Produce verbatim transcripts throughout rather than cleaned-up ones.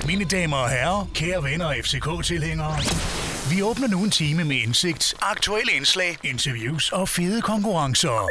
Mine damer og herrer, kære venner og F C K-tilhængere. Vi åbner nu en time med indsigt, aktuelle indslag, interviews og fede konkurrencer.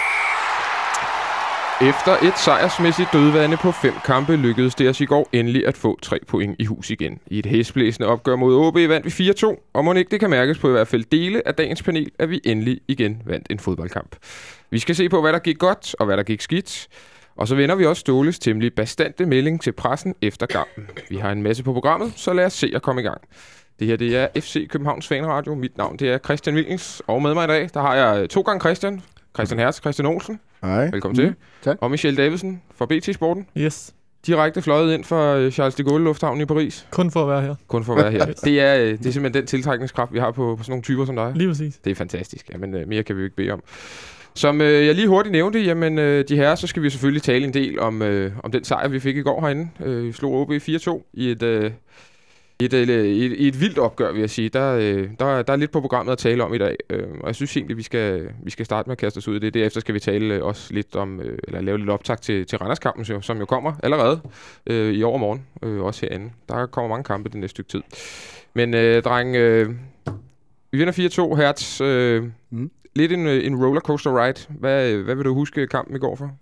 Efter et sejrsmæssigt dødvande på fem kampe lykkedes det os i går endelig at få tre point i hus igen. I et hæsblæsende opgør mod O B vandt vi fire to, og må ikke det kan mærkes på i hvert fald dele af dagens panel, at vi endelig igen vandt en fodboldkamp. Vi skal se på, hvad der gik godt og hvad der gik skidt. Og så vender vi også Ståles temmelig bastante melding til pressen efter kampen. Vi har en masse på programmet, så lad os se at komme i gang. Det her det er F C Københavns Fanradio. Mit navn det er Christian Wilkens, og med mig i dag der har jeg to gange Christian. Christian Hertz, Christian Olsen. Hej. Velkommen mm. til. Tak. Og Michelle Davidsen fra B T Sporten. Yes. Direkte fløjet ind fra Charles de Gaulle Lufthavn i Paris. Kun for at være her. Kun for at være her. Det er, det er simpelthen den tiltrækningskraft, vi har på, på sådan nogle typer som dig. Lige præcis. Det er fantastisk. Jamen, mere kan vi jo ikke bede om. Som øh, jeg lige hurtigt nævnte, jamen øh, de her, så skal vi selvfølgelig tale en del om, øh, om den sejr, vi fik i går herinde. Øh, vi slog O B fire to i et, øh, et, øh, et, et, et vildt opgør, vil jeg sige. Der, øh, der, der er lidt på programmet at tale om i dag, øh, og jeg synes egentlig, vi skal, vi skal starte med at kaste os ud i det. Derefter skal vi tale øh, også lidt om, øh, eller lave lidt optag til, til Randerskampen, som jo kommer allerede øh, i overmorgen, øh, også herinde. Der kommer mange kampe den næste stykke tid. Men øh, dreng, øh, vi vinder fire to, Hertz. Øh, mm. Lidt en, en rollercoaster ride. Hvad, hvad vil du huske kampen i går for?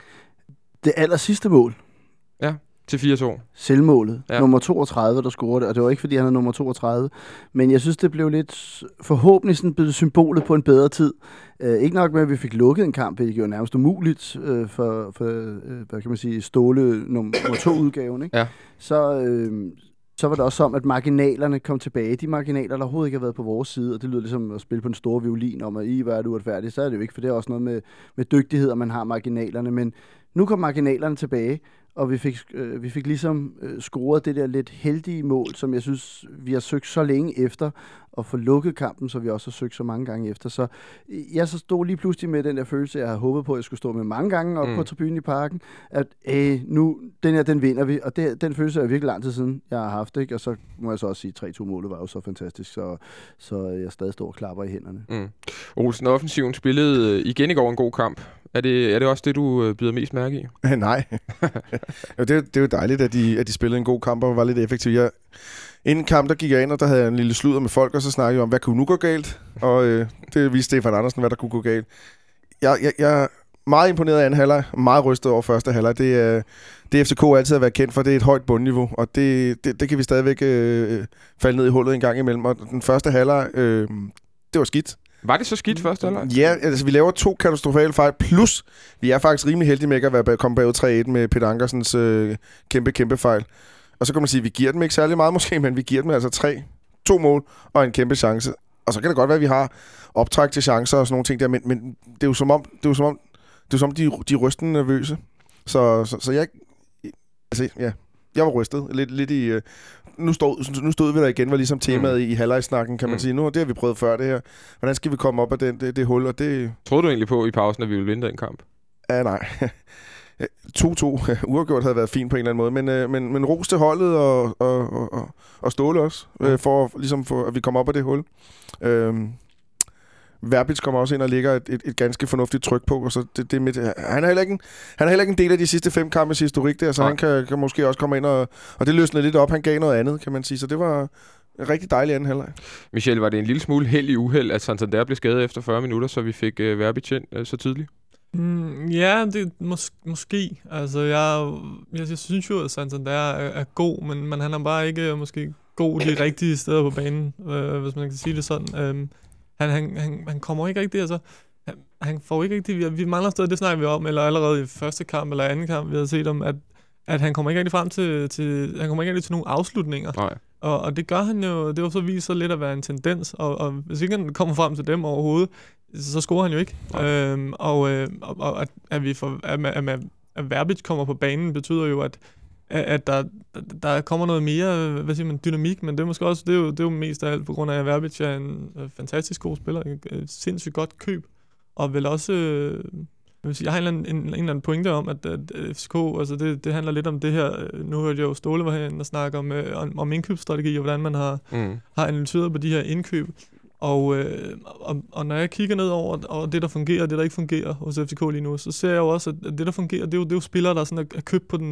Det aller sidste mål. Ja, til fire to. Selvmålet. Ja. Nummer toogtredive, der scorede det. Og det var ikke, fordi han er nummer toogtredive. Men jeg synes, det blev lidt forhåbentlig sådan blevet symbolet på en bedre tid. Uh, ikke nok med, at vi fik lukket en kamp, det gjorde nærmest umuligt uh, for, for uh, hvad kan man sige, Ståle nummer to-udgaven. Ikke? Ja. Så... Uh, Så var det også som, at marginalerne kom tilbage. De marginaler, der overhovedet ikke har været på vores side, og det lyder ligesom at spille på en stor violin om, at I hvad er det uretfærdigt. Så er det jo ikke, for det er også noget med, med dygtighed, at man har marginalerne. Men nu kom marginalerne tilbage, og vi fik, øh, vi fik ligesom øh, scoret det der lidt heldige mål, som jeg synes, vi har søgt så længe efter, at få lukket kampen, så vi også har søgt så mange gange efter. Så jeg så stod lige pludselig med den der følelse, jeg havde håbet på, at jeg skulle stå med mange gange op mm. på tribunen i parken, at øh, nu, den her, den vinder vi, og det, den følelse er virkelig lang tid siden, jeg har haft, ikke? Og så må jeg så også sige, at tre to målet var jo så fantastisk, så, så jeg stadig står og klapper i hænderne. Mm. Olsen, offensiven spillede igen i går en god kamp. Er det, er det også det, du øh, byder mest mærke i? Nej. jo, det, er, det er jo dejligt, at de, at de spillede en god kamp og var lidt effektive. Jeg, inden kamp, der gik jeg ind, og der havde jeg en lille sludder med folk, og så snakkede jeg om, hvad kunne nu gå galt? Og øh, det viste Stefan Andersen, hvad der kunne gå galt. Jeg, jeg, jeg er meget imponeret af anden halvleg, meget rystet over første halvleg. Det er det F C K altid har været kendt for, det er et højt bundniveau, og det, det, det kan vi stadigvæk øh, falde ned i hullet en gang imellem. Og den første halvleg, øh, det var skidt. Var det så skidt første halvleg? Ja, altså vi laver to katastrofale fejl, plus vi er faktisk rimelig heldige med at være kommet bagud tre et med Peter Ankersens øh, kæmpe, kæmpe fejl. Og så kan man sige, at vi giver dem ikke særlig meget måske, men vi giver dem altså tre, to mål og en kæmpe chance. Og så kan det godt være, at vi har optræk til chancer og sådan nogle ting der, men, men det er jo som om, det er jo som om, det er som om de, de er rystende nervøse. Så, så, så jeg, altså ja, jeg var rystet lidt, lidt i... Øh, Nu stod, nu stod vi der igen, var ligesom temaet mm. i, i halvlejsnakken, kan man mm. sige. Nu det har vi prøvet før det her. Hvordan skal vi komme op af den, det, det hul? Og det... Troede du egentlig på i pausen, at vi ville vinde den kamp? Ja, nej. to to uafgjort havde været fint på en eller anden måde, men, øh, men, men ros til holdet og, og, og, og Ståle også, mm. øh, for, ligesom for at vi kommer op af det hul. Øh, Verbitz kommer også ind og lægger et, et, et ganske fornuftigt tryk på, og så det, det med, han, er heller ikke en, han er heller ikke en del af de sidste fem kampes historik der, så Nej. han kan, kan måske også komme ind, og, og det løsnede lidt op. Han gav noget andet, kan man sige, så det var en rigtig dejlig anden halvleg. Michel, var det en lille smule held i uheld, at Santander blev skadet efter fyrre minutter, så vi fik uh, Verbitz ind uh, så tidligt? Mm, ja, det mås- måske. Altså, jeg, jeg, jeg synes jo, at Santander er, er god, men, men han er bare ikke måske god de rigtige steder på banen, øh, hvis man kan sige det sådan. Øh, Han, han, han, han kommer ikke rigtig, altså, han, han får ikke rigtig, vi, vi mangler stadig, det snakker vi om, eller allerede i første kamp eller anden kamp, vi har set om, at, at han kommer ikke rigtig frem til, til han kommer ikke rigtig til nogle afslutninger. Nej. Og, og det gør han jo, det er jo så viser sig lidt at være en tendens, og, og hvis ikke han kommer frem til dem overhovedet, så scorer han jo ikke. Øhm, og, øh, og, og at, at, vi får, at, at, at, at Verbitz kommer på banen, betyder jo, at at der, der kommer noget mere, hvad siger man, dynamik, men det er måske også, det er jo, det er jo mest af alt på grund af, at Verbitz er en fantastisk god spiller, et sindssygt godt køb, og vel også, jeg vil sige, jeg har en eller anden, en, en eller anden pointe om, at, at F C K, altså det, det handler lidt om det her, nu hørte jeg jo Ståle var herinde og snakke om, om, om indkøbsstrategi, og hvordan man har, mm. har analyseret på de her indkøb, og, øh, og, og når jeg kigger ned over og det, der fungerer, og det, der ikke fungerer hos F C K lige nu, så ser jeg jo også, at det, der fungerer, det er jo, det er jo spillere, der sådan er, er købt på den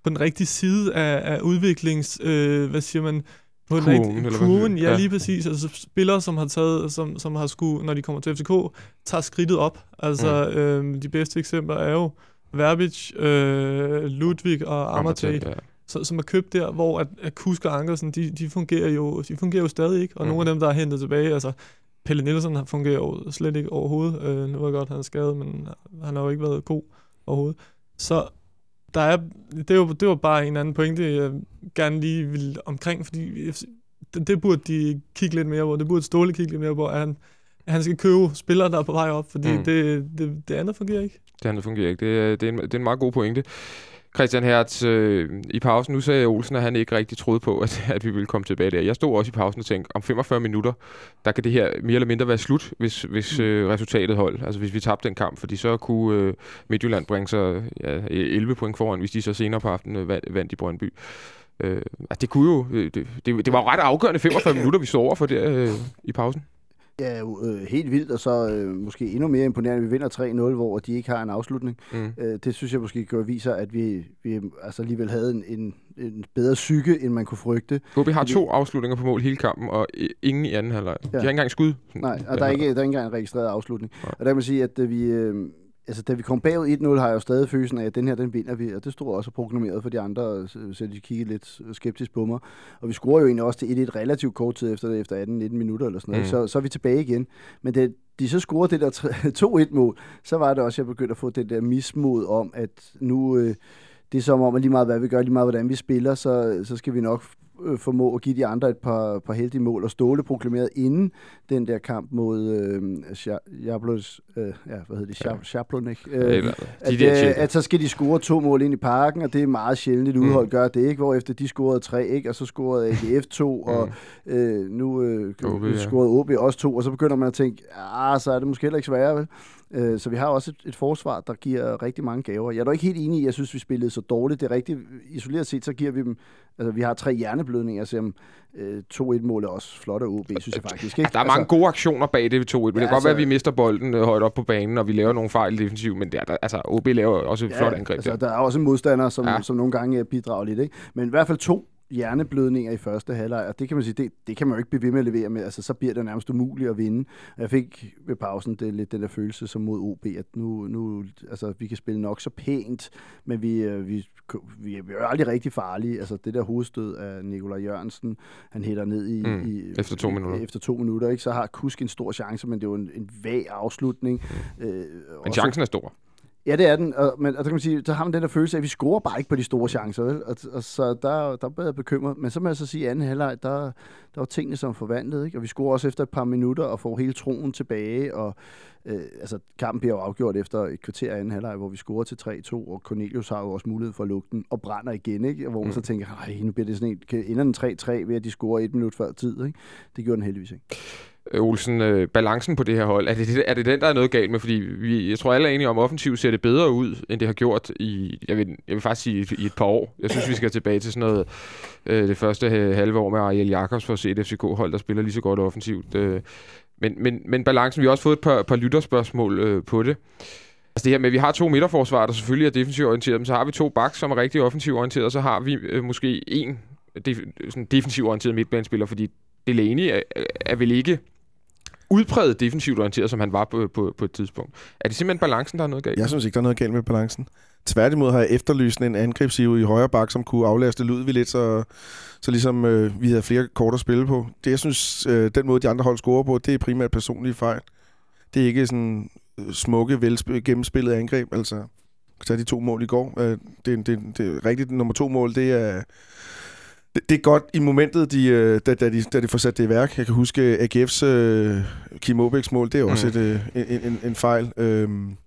på den rigtige side af, af udviklings... Øh, hvad siger man? På kurven, den rigtige, eller kurven, ja, ja, lige præcis. Altså spillere, som har taget, som, som har skulle, når de kommer til F C K, tager skridtet op. Altså, mm. øh, de bedste eksempler er jo Verbic, øh, Ludwig og Amartey, ja. så, som er købt der, hvor at, at Kusk og Ankersen, de, de, fungerer jo, de fungerer jo stadig ikke. Og mm. nogle af dem, der er hentet tilbage, altså Pelle Nielsen fungerer jo slet ikke overhovedet. Øh, nu var godt, han er skadet, men han har jo ikke været god overhovedet. Så der er, det, var, det var bare en anden pointe, jeg gerne lige ville omkring, fordi det, det burde de kigge lidt mere på. Det burde Ståle kigge lidt mere på, at han, at han skal købe spillere, der er på vej op, fordi mm. det, det, det andet fungerer ikke. Det andet fungerer ikke. Det, det, er, en, det er en meget god pointe. Christian Hertz, øh, i pausen, nu sagde Olsen, at han ikke rigtig troede på, at, at vi ville komme tilbage der. Jeg stod også i pausen og tænkte, om femogfyrre minutter, der kan det her mere eller mindre være slut, hvis, hvis øh, resultatet holdt. Altså hvis vi tabte den kamp, fordi så kunne øh, Midtjylland bringe sig ja, elleve point foran, hvis de så senere på aftenen vandt, vandt i Brøndby. Øh, altså det kunne jo, det, det, det var jo ret afgørende femogfyrre minutter, vi stod over for der øh, i pausen. Ja, øh, helt vildt, og så øh, måske endnu mere imponerende, vi vinder tre nul, hvor de ikke har en afslutning. Mm. Øh, det synes jeg måske gør, viser, at vi, vi altså alligevel havde en, en, en bedre psyke, end man kunne frygte. H B har to afslutninger på mål hele kampen, og ingen i anden halvleg. Ja. De har ikke engang skud. Nej, og der er, ikke, der er ikke engang en registreret afslutning. Nej. Og der kan man sige, at vi... Øh, Altså, da vi kom bagud et nul, har jeg jo stadig følelsen af, at den her, den vinder vi, og det stod også proklameret for de andre, så de kiggede lidt skeptisk på mig. Og vi scorer jo egentlig også til et et relativt kort tid efter, efter atten nitten minutter eller sådan noget, mm. så, så er vi tilbage igen. Men da de så scorede det der to et mål, så var det også, at jeg begyndte at få det der mismod om, at nu, øh, det er som om, at lige meget hvad vi gør, lige meget hvordan vi spiller, så, så skal vi nok formå at give de andre et par, par heldige mål, og Ståle proklamerede inden den der kamp mod øh, Jablons, øh, ja, hvad hedder det, Sjablonek, øh, ja, at, øh, at så skal de score to mål ind i parken, og det er meget sjældent, et udhold mm. gør det, ikke? Hvorefter de scorede tre, ikke? Og så scorede A G F to, mm. og øh, nu øh, O B, scorede O B også to, og så begynder man at tænke, ah, så er det måske heller ikke sværere, vel? Øh, så vi har også et, et forsvar, der giver rigtig mange gaver. Jeg er dog ikke helt enig i, at jeg synes, vi spillede så dårligt. Det er rigtigt. Isoleret set, så giver vi dem... Altså, vi har tre hjerneblødninger, så øh, to et mål er også flot af O B, synes jeg faktisk. Ikke? Der er mange altså, gode aktioner bag det ved to et, men ja, det kan altså, godt være, at vi mister bolden øh, højt op på banen, og vi laver nogle fejl defensivt, men det er der, altså, O B laver også et ja, flot angreb. Altså, der. der er også modstandere, som, ja. som nogle gange bidrager lidt, ikke? Men i hvert fald to hjerneblødninger i første halvleg, og det kan man sige, det, det kan man jo ikke blive ved med at levere med, altså så bliver det nærmest umuligt at vinde. Jeg fik ved pausen det, lidt den der følelse som mod O B, at nu, nu altså vi kan spille nok så pænt, men vi, vi, vi er jo aldrig rigtig farlige. Altså det der hovedstød af Nikolaj Jørgensen, han hætter ned i, mm, i efter to minutter, efter to minutter, ikke? Så har Kusk en stor chance, men det er jo en, en vag afslutning. Mm. Øh, men chancen er stor. Ja, det er den, og, men, og der kan man sige, så har man den der følelse af, at vi scorer bare ikke på de store chancer, vel? Og, og så der, der blev jeg bekymret. Men så må jeg så sige, at anden halvleg, der, der var tingene som forvandlet, ikke? Og vi scorer også efter et par minutter og får hele troen tilbage, og øh, altså, kampen bliver jo afgjort efter et kvarter af anden halvleg, hvor vi scorer til tre to, og Cornelius har jo også mulighed for at lukke den, og brænder igen, ikke? Hvor man mm. så tænker, nej, nu bliver det sådan en, ender den tre tre ved, at de scorer et minut før tid, ikke? Det gjorde den heldigvis ikke. Olsen, øh, balancen på det her hold, er det, er det den, der er noget galt med? Fordi vi, jeg tror, alle er enige om, at offensivt ser det bedre ud, end det har gjort i, jeg vil, jeg vil faktisk sige, i et par år. Jeg synes, vi skal tilbage til sådan noget, øh, det første halve år med Ariel Jacobs for at se et F C K-hold, der spiller lige så godt offensivt. Øh, men, men, men balancen, vi har også fået et par, par lytterspørgsmål øh, på det. Altså det her med, at vi har to midterforsvar, der selvfølgelig er defensivt orienteret, men så har vi to backs, som er rigtig offensivt orienteret, og så har vi øh, måske en def- sådan defensivt orienteret midtbanespiller, fordi Delaney er, er vel ikke udpræget defensivt orienteret, som han var på, på, på et tidspunkt. Er det simpelthen balancen, der er noget galt? Jeg synes ikke, der er noget galt med balancen. Tværtimod har jeg efterlyst en angrebsive i højre bak, som kunne aflaste Ludvig lidt, så, så ligesom øh, vi havde flere kort at spille på. Det, jeg synes, øh, den måde, de andre hold scorer på, det er primært personlige fejl. Det er ikke sådan øh, smukke, vel gennemspillet angreb. Altså, tage de to mål i går. Øh, det, det, det rigtigt nummer to mål, det er... Det er godt i momentet, de, da, da, de, da de får sat det i værk. Jeg kan huske A G F's uh, Kim Aabæks mål, det er også mm. et, en, en, en fejl. Um,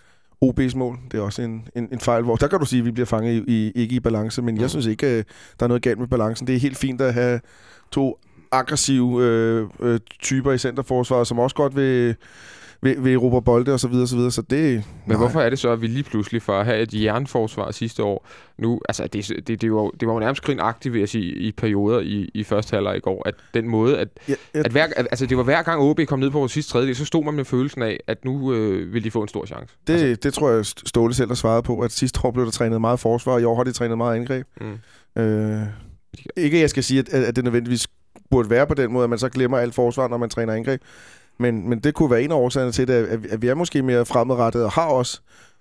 O B's mål, det er også en, en, en fejl, hvor der kan du sige, at vi bliver fanget i, i, ikke i balance, men mm. jeg synes ikke, der er noget galt med balancen. Det er helt fint at have to aggressive øh, øh, typer i centerforsvaret, som også godt vil, ved, ved Europa bolde og så videre, så videre. Så det, Men nej. hvorfor er det så, at vi lige pludselig for at have et jernforsvar sidste år, nu, altså det, det, det, var, det var jo nærmest grinagtigt, vil jeg sige, i perioder i, i første halvleg i går, at den måde, at, Ja, jeg, at, hver, at altså det var hver gang O B kom ned på vores sidste tredjedel, så stod man med følelsen af, at nu øh, ville de få en stor chance. det, altså. det tror jeg, Ståle selv har svaret på, at sidste år blev der trænet meget forsvar, og i år har de trænet meget angreb. Mm. Øh, ikke at jeg skal sige, at, at det nødvendigvis burde være på den måde, at man så glemmer alt forsvar, når man træner angreb. Men, men det kunne være en af årsagerne til det, at, at vi er måske mere fremadrettet og har også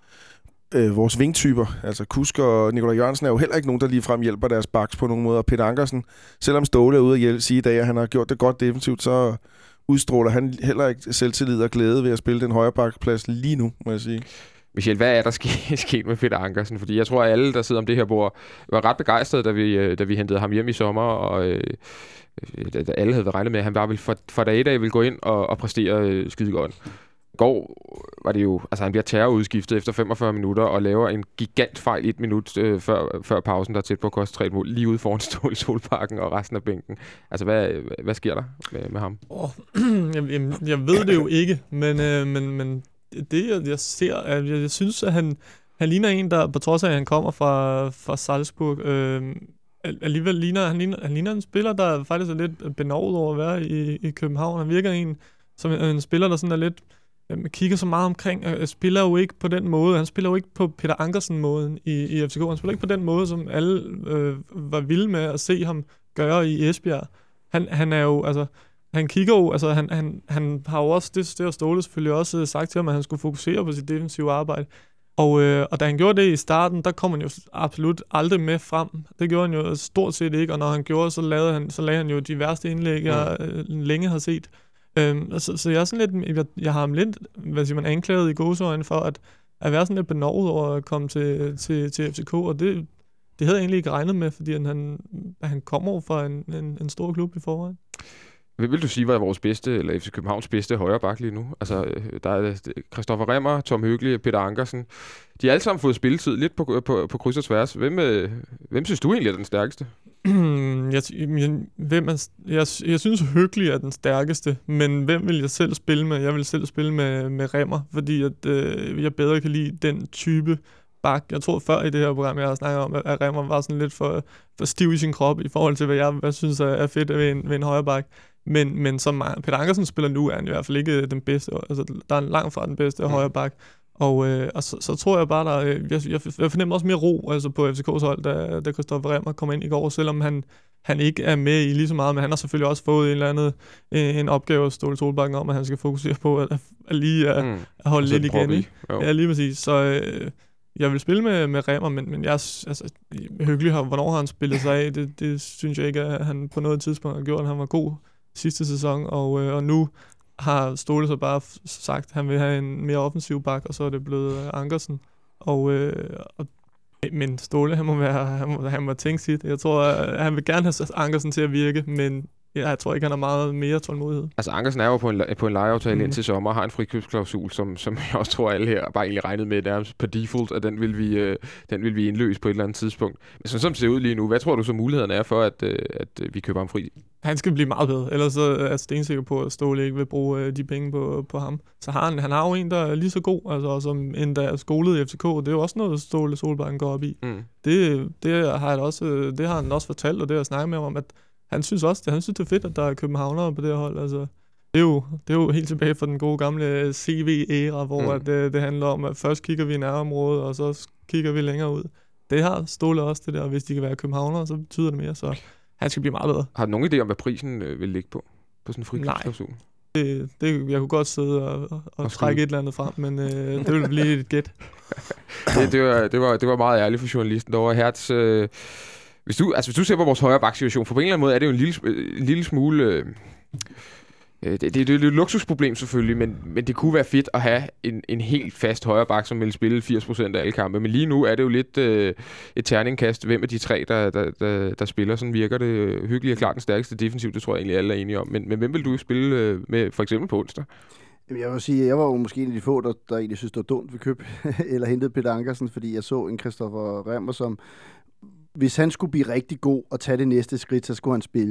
øh, vores vingtyper. Altså Kusk og Nikolaj Jørgensen er jo heller ikke nogen, der ligefrem hjælper deres backs på nogen måde. Og Peter Ankersen, selvom Ståle er ude at hjælpe, sige i dag, at han har gjort det godt defensivt, så udstråler han heller ikke selvtillid og glæde ved at spille den højre bakplads lige nu, må jeg sige. Michel, hvad er der ske- sket med Peter Ankersen? Fordi jeg tror, at alle, der sidder om det her bord, var ret begejstrede, da vi, da vi hentede ham hjem i sommer, og øh, da alle havde regnet med, at han bare ville fra, fra dag i dag ville gå ind og, og præstere øh, skide godt. I går var det jo, altså han bliver terrorudskiftet efter femogfyrre minutter og laver en gigant fejl i et minut øh, før, før pausen, der er tæt på at koste tre mål, lige ude foran Ståle Solbakken og resten af bænken. Altså, hvad, hvad sker der med, med ham? Oh, jeg, jeg ved det jo ikke, men, øh, men, men det, jeg, jeg ser, at jeg, jeg synes, at han, han ligner en, der på trods af, at han kommer fra, fra Salzburg, øh, alligevel ligner han, ligner han ligner en spiller, der faktisk er lidt benovet over at være i, i København. Han virker en, som en spiller, der sådan er lidt øh, kigger så meget omkring, og spiller jo ikke på den måde. Han spiller jo ikke på Peter Ankersen-måden i, i F C K. Han spiller ikke på den måde, som alle øh, var vilde med at se ham gøre i Esbjerg. Han, han er jo, altså, han kigger jo, altså, han, han, han har jo også, det, det har Ståle selvfølgelig også sagt til ham, at han skulle fokusere på sit defensive arbejde. Og, øh, og da han gjorde det i starten, der kom han jo absolut aldrig med frem. Det gjorde han jo stort set ikke, og når han gjorde, så lavede han, så lagde han jo de værste indlæg, jeg øh, længe har set. Øhm, så, så jeg er sådan lidt, jeg, jeg har ham lidt, hvad siger man, anklaget i gåseøjne for at, at være sådan lidt benovet over at komme til, til, til F C K, og det, det havde jeg egentlig ikke regnet med, fordi han, han kommer fra en, en, en stor klub i forvejen. Hvem vil du sige var vores bedste, eller F C Københavns bedste højre bak lige nu? Altså, der er Christoffer Remmer, Tom Høgli, Peter Ankersen. De har alle sammen fået spilletid lidt på, på, på kryds og tværs. Hvem, øh, hvem synes du egentlig er den stærkeste? jeg, jeg, hvem er, jeg, jeg synes Høgli er den stærkeste, men hvem vil jeg selv spille med? Jeg vil selv spille med, med Remmer, fordi at, øh, jeg bedre kan lide den type bak. Jeg tror før i det her program, jeg har snakket om, at Remmer var sådan lidt for, for stiv i sin krop i forhold til, hvad jeg hvad synes er, er fedt ved en, ved en højre bak. Men, men som Peter Ankersen spiller nu, er han i hvert fald ikke den bedste. Altså, der er langt fra den bedste mm. højre bak. Og, øh, og så, så tror jeg bare, der jeg, jeg, jeg fornemmer også mere ro altså på F C K's hold, da, da Christoffer Remmer kom ind i går, selvom han, han ikke er med i lige så meget, men han har selvfølgelig også fået en eller anden en, en opgave at Ståle Solbakken om, at han skal fokusere på at, at lige at, mm. at holde altså lidt igen. Ikke? Ja, lige præcis. Så øh, jeg vil spille med, med Remmer, men, men jeg, altså, Høgli har, hvornår har han spillet sig af, det, det synes jeg ikke, at han på noget tidspunkt har gjort, at han var god sidste sæson, og, øh, og nu har Ståle så bare sagt, at han vil have en mere offensiv bak, og så er det blevet Ankersen. Og, øh, og, men Ståle, han må, være, han, må, han må tænke sit. Jeg tror, at han vil gerne have Ankersen til at virke, men ja, jeg tror ikke, han har meget mere tålmodighed. Altså Ankersen er jo på en, på en lejeaftale mm. indtil sommer, og har en frikøbsklausul, som, som jeg også tror, alle her bare egentlig regnede med nærmest på default, at den vil vi, øh, den vil vi indløse på et eller andet tidspunkt. Men sådan som det ser ud lige nu, hvad tror du så mulighederne er for, at, øh, at vi køber ham fri? Han skal blive meget bedre, ellers så er jeg stensikker på, at Ståle ikke vil bruge øh, de penge på, på ham. Så har han, han har jo en, der er lige så god, altså, som en, der er skolet i F C K. Det er jo også noget, Ståle Solbakken går op i. Mm. Det, det, har jeg også, det har han også fortalt, og det har jeg snakket med ham om, at han synes også, det, han synes, det er fedt, at der er københavnere på det her hold. Altså, det, er jo, det er jo helt tilbage fra den gode gamle C V-æra, hvor mm. at det, det handler om, at først kigger vi i nærområdet, og så kigger vi længere ud. Det har Ståle også, det der. Hvis de kan være københavnere, så betyder det mere, så han skal blive meget bedre. Har du nogen idé om, hvad prisen øh, vil ligge på? På sådan en frikøbsklausul? Nej. Det, det, jeg kunne godt sidde og, og, og trække et eller andet frem, men øh, det ville blive et gæt. det, det, var, det, var, det var meget ærligt for journalisten derovre. Hertz, øh, hvis, du, altså, hvis du ser på vores højre baksituation, for på en eller anden måde er det jo en lille, en lille smule... Øh, Det, det, det er jo et luksusproblem selvfølgelig, men, men det kunne være fedt at have en, en helt fast højre bak, som vil spille firs procent af alle kampe. Men lige nu er det jo lidt øh, et terningkast. Hvem af de tre, der, der, der, der spiller? Sådan virker det. Hyggelig og klart den stærkeste defensiv, det tror jeg egentlig alle er enige om. Men, men hvem vil du spille øh, med for eksempel på onsdag? Jeg vil sige, jeg var jo måske en af de få, der, der egentlig synes, det var dumt ved køb eller hentede Peter Ankersen, fordi jeg så en Christoffer Remmer, som hvis han skulle blive rigtig god og tage det næste skridt, så skulle han spille.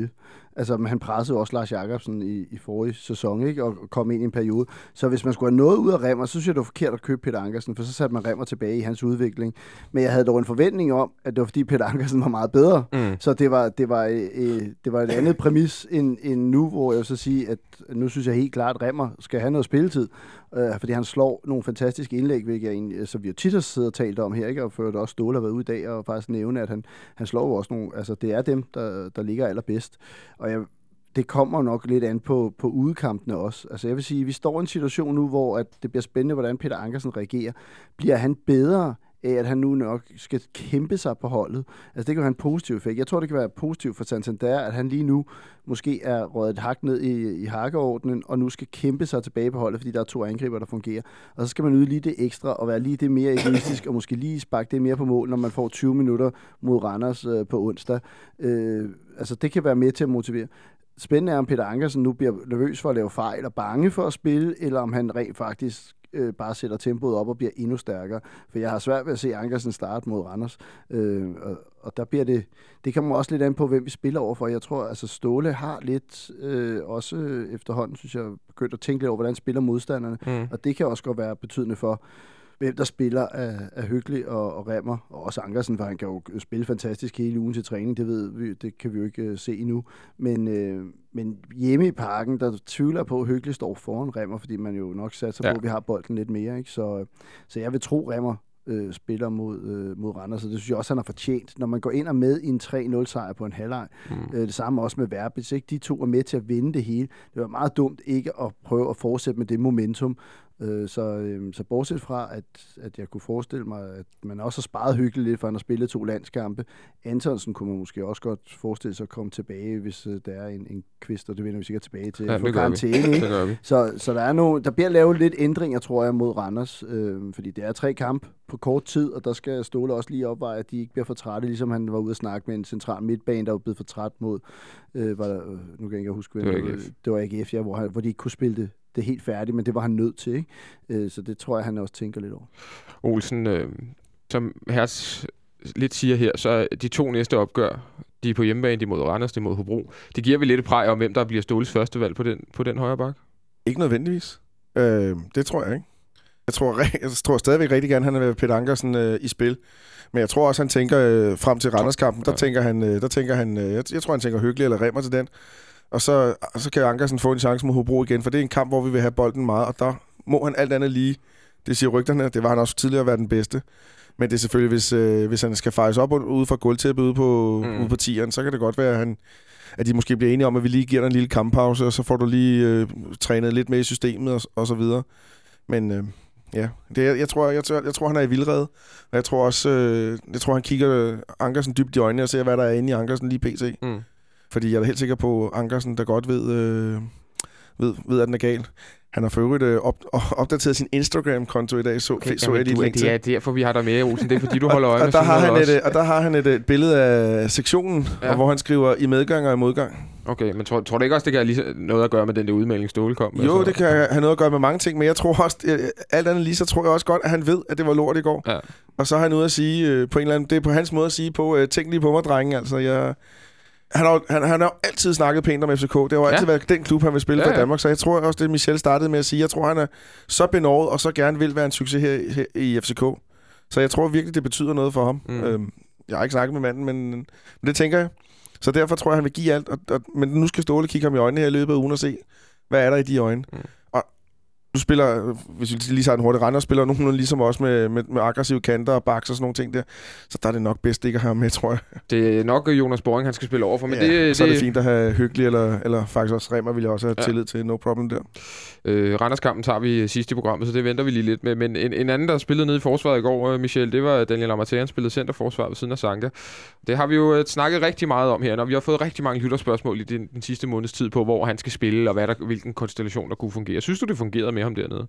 Altså, men han pressede også Lars Jacobsen i, i forrige sæson, ikke? Og kom ind i en periode. Så hvis man skulle have noget ud af Remmer, så synes jeg, det var forkert at købe Peter Ankersen, for så satte man Remmer tilbage i hans udvikling. Men jeg havde dog en forventning om, at det var fordi Peter Ankersen var meget bedre. Mm. Så det var, det, var, øh, det var et andet præmis end, end nu, hvor jeg vil så sige, at nu synes jeg helt klart, at Remmer skal have noget spilletid. Øh, fordi han slår nogle fantastiske indlæg, hvilket jeg egentlig, så vi jo tit har siddet og talt om her, ikke? Og før det også Ståle har været ude i dag og faktisk nævne, at han, han slår jo også nogle, altså det er dem, der, der ligger allerbedst. Og jeg, det kommer nok lidt an på, på udekampene også. Altså jeg vil sige, vi står i en situation nu, hvor at det bliver spændende, hvordan Peter Ankersen reagerer. Bliver han bedre af, at han nu nok skal kæmpe sig på holdet? Altså det kan have en positiv effekt. Jeg tror, det kan være positivt for Santander, at han lige nu måske er røget et hak ned i, i hakkeordenen, og nu skal kæmpe sig tilbage på holdet, fordi der er to angriber, der fungerer. Og så skal man yde lige det ekstra, og være lige det mere egoistisk, og måske lige sparke det mere på mål, når man får tyve minutter mod Randers øh, på onsdag. Øh, altså det kan være med til at motivere. Spændende er, om Peter Ankersen nu bliver nervøs for at lave fejl og bange for at spille, eller om han rent faktisk øh, bare sætter tempoet op og bliver endnu stærkere. For jeg har svært ved at se Ankersen starte mod Randers. Øh, og, og der bliver det... Det kommer også lidt an på, hvem vi spiller overfor. Jeg tror, altså Ståle har lidt øh, også øh, efterhånden, synes jeg, begyndt at tænke lidt over, hvordan spiller modstanderne. Mm. Og det kan også godt være betydende for, hvem der spiller af, af Hyggelig og, og Remmer, og også Ankersen, for han kan jo spille fantastisk hele ugen til træning, det ved vi, det kan vi jo ikke uh, se endnu. Men, øh, men hjemme i parken, der tvivler på, at Hyggelig står foran Remmer, fordi man jo nok satser ja. på, at vi har bolden lidt mere. Ikke? Så, så jeg vil tro, Remmer øh, spiller mod, øh, mod Randers, så det synes jeg også, han har fortjent. Når man går ind og med i en tre nul sejr på en halvleg, mm. øh, det samme også med Verbitz, ikke? De to er med til at vinde det hele. Det var meget dumt ikke at prøve at fortsætte med det momentum. Så, øh, så bortset fra, at, at jeg kunne forestille mig, at man også har sparet hyggeligt lidt, for han har spillet to landskampe. Antonsen kunne man måske også godt forestille sig at komme tilbage, hvis uh, der er en, en kvist, og det vender vi sikkert tilbage til. Ja, det gør vi. Så, så der, er nogle, der bliver lavet lidt ændringer, tror jeg, mod Randers, øh, fordi det er tre kampe på kort tid, og der skal Ståle også lige opveje, at de ikke bliver for trætte, ligesom han var ude at snakke med en central midtbane, der var blevet for træt mod, øh, var der, nu kan jeg ikke huske, det var A G F, det var A G F ja, hvor, han, hvor de ikke kunne spille det det er helt færdigt, men det var han nødt til, ikke? Øh, så det tror jeg, han også tænker lidt over. Olsen, øh, som Hertz lidt siger her, så de to næste opgør, de er på hjemmebane, de er mod Randers, de er mod Hobro. Det giver vel lidt et præg om, hvem der bliver Ståles første valg på den, på den højre bak? Ikke nødvendigvis. Øh, det tror jeg ikke. Jeg tror, jeg tror stadigvæk rigtig gerne, at han er Peter Ankersen øh, i spil. Men jeg tror også, han tænker øh, frem til Randerskampen, der tænker han, øh, der tænker han øh, jeg, jeg tror, han tænker Hyggelig eller Remmer til den. Og så, og så kan Ankersen få en chance mod Hobro igen, for det er en kamp, hvor vi vil have bolden meget, og der må han alt andet lige, det siger rygterne, det var han også tidligere at være den bedste. Men det er selvfølgelig, hvis, øh, hvis han skal fejres op ude fra gulvtæppet ude på, mm. ude på tieren, så kan det godt være, at, han, at de måske bliver enige om, at vi lige giver dig en lille kamppause, og så får du lige øh, trænet lidt med i systemet og, og så videre. Men øh, ja, det, jeg, jeg, tror, jeg, jeg, jeg tror, han er i vildrede, og jeg tror også, øh, jeg tror, han kigger Ankersen dybt i øjnene og ser, hvad der er inde i Ankersen lige pt. Mm. Fordi jeg er helt sikker på, Ankersen, der godt ved, øh, ved, ved, at den er gal. Han har for øvrigt øh, op, opdateret sin Instagram-konto i dag, så, okay, så jeg lige et link til. Det er derfor, vi har dig med, Olsen. Det er fordi, du holder øje og, med og der har han også. et, Og der har han et, et billede af sektionen, ja. og hvor han skriver i medgang og i modgang. Okay, men tror, tror du ikke også, det kan have lige noget at gøre med den der udmelding, Ståle kom med? Jo, altså? Det kan have noget at gøre med mange ting, men jeg tror også, øh, alt andet lige, så tror jeg også godt, at han ved, at det var lort i går. Ja. Og så har han ude at sige, øh, på en eller anden, det er på hans måde at sige på, øh, tænk lige på mig, drenge, altså jeg... Han har, han, han har jo altid snakket pænt om F C K. Det har jo altid ja. været den klub, han vil spille ja, for i Danmark. Så jeg tror også, det Michel startede med at sige. Jeg tror, han er så benåret, og så gerne vil være en succes her, her i F C K. Så jeg tror virkelig, det betyder noget for ham. Mm. Øhm, jeg har ikke snakket med manden, men, men det tænker jeg. Så derfor tror jeg, han vil give alt. Og, og, men nu skal Ståle kigge ham i øjnene her i løbet af ugen og se, hvad er der i de øjne. Mm. Og du spiller, hvis vi lige tager den hurtigt, Randers spiller nogenlunde ligesom også med, med, med aggressive kanter og baks og sådan nogle ting der. Så der er det nok bedst ikke at have med, tror jeg. Det er nok Jonas Boring, han skal spille over for. Men ja, det, så det... er det fint at have Hyggelig, eller, eller faktisk også Remmer, vil jeg også have ja. tillid til. No problem der. Øh, Randerskampen tager vi sidst i programmet, så det venter vi lige lidt med. Men en, en anden, der spillede nede i forsvaret i går, Michel, det var Daniel Amartey, han spillede centerforsvar ved siden af Sanka. Det har vi jo uh, snakket rigtig meget om her, og vi har fået rigtig mange lytterspørgsmål i den, den sidste måneds tid på, hvor han skal spille, og hvad der, hvilken konstellation der kunne fungere. Synes du, det fungerede med ham dernede?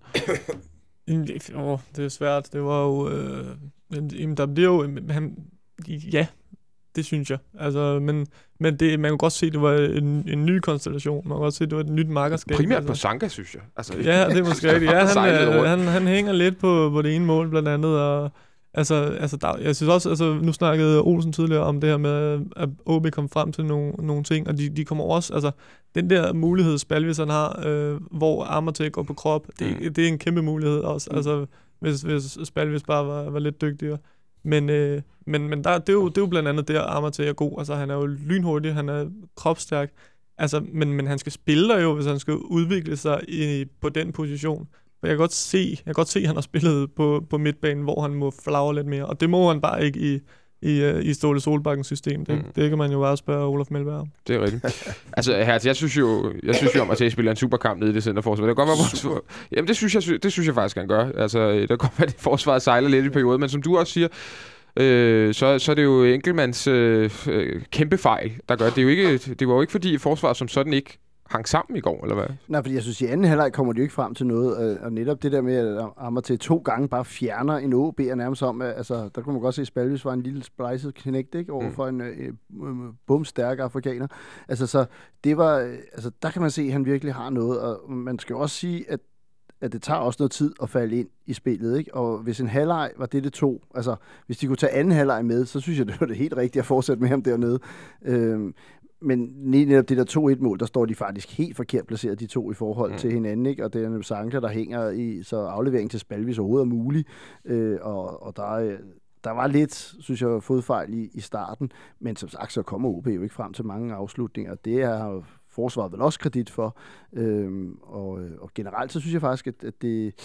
Oh, det er svært. Det var jo... Øh, jamen, der bliver jo... Han, ja, det synes jeg. Altså, men men det, man kan godt se, at det var en, en ny konstellation. Man kan godt se, at det var et nyt markerskab. Primært altså. på Sanka, synes jeg. Altså, ja, det er måske rigtigt. Ja, han, han, han hænger lidt på, på det ene mål, blandt andet, og Altså, altså der, jeg synes også, altså nu snakkede Olsen tidligere om det her med, at O B kom frem til nogle, nogle ting, og de, de kommer også, altså den der mulighed, Spalvis han har, øh, hvor Amartey går på krop, det, mm. det er en kæmpe mulighed også, mm. altså hvis, hvis Spalvis bare var, var lidt dygtigere. Men, øh, men, men der, det, er jo, det er jo blandt andet der, Amartey er god, altså han er jo lynhurtig, han er kropstærk, altså, men, men han skal spille der jo, hvis han skal udvikle sig i, på den position. Jeg kan godt se, jeg kan godt se, at han har spillet på, på midtbanen, hvor han må flagre lidt mere. Og det må han bare ikke i, i, i Ståle Solbakkens system. Det, mm. det kan man jo bare spørge Olaf Melberg om. Det er rigtigt. altså, Hertz, jeg synes jo, jeg synes jo om, at Marseille spiller en superkamp nede i det centerforsvar. Det kan godt være, hvor... Jamen, det synes, jeg, det synes jeg faktisk, han gør. Altså, der kan godt være, at forsvaret sejler lidt i perioden. Men som du også siger, øh, så, så er det jo enkeltmands øh, kæmpe fejl, der gør. Det, er jo ikke, det var jo ikke, fordi forsvaret som sådan ikke hang sammen i går, eller hvad? Nej, fordi jeg synes, i anden halvleg kommer de jo ikke frem til noget, og netop det der med, at Amartey to gange bare fjerner en O B'er nærmest om, altså, der kunne man godt se, at Spalvis var en lille splejset knægt, ikke, over for mm. en øh, bumstærk afrikaner. Altså, så det var, altså, der kan man se, at han virkelig har noget, og man skal jo også sige, at at det tager også noget tid at falde ind i spillet, ikke? Og hvis en halvleg var det, det tog, altså, hvis de kunne tage anden halvleg med, så synes jeg, det var det helt rigtigt at fortsætte med ham dernede. Øhm, Men netop det der to et-mål, der står de faktisk helt forkert placeret, de to i forhold mm. til hinanden, ikke? Og det er Sanka, der hænger i, så afleveringen til Spalvis overhovedet er mulig. Øh, og, og der, der var lidt, synes jeg, fodfejl i, i starten, men som sagt, så kommer O B jo ikke frem til mange afslutninger. Det er forsvaret vel også kredit for. Øh, og, og generelt, så synes jeg faktisk, at, at, det,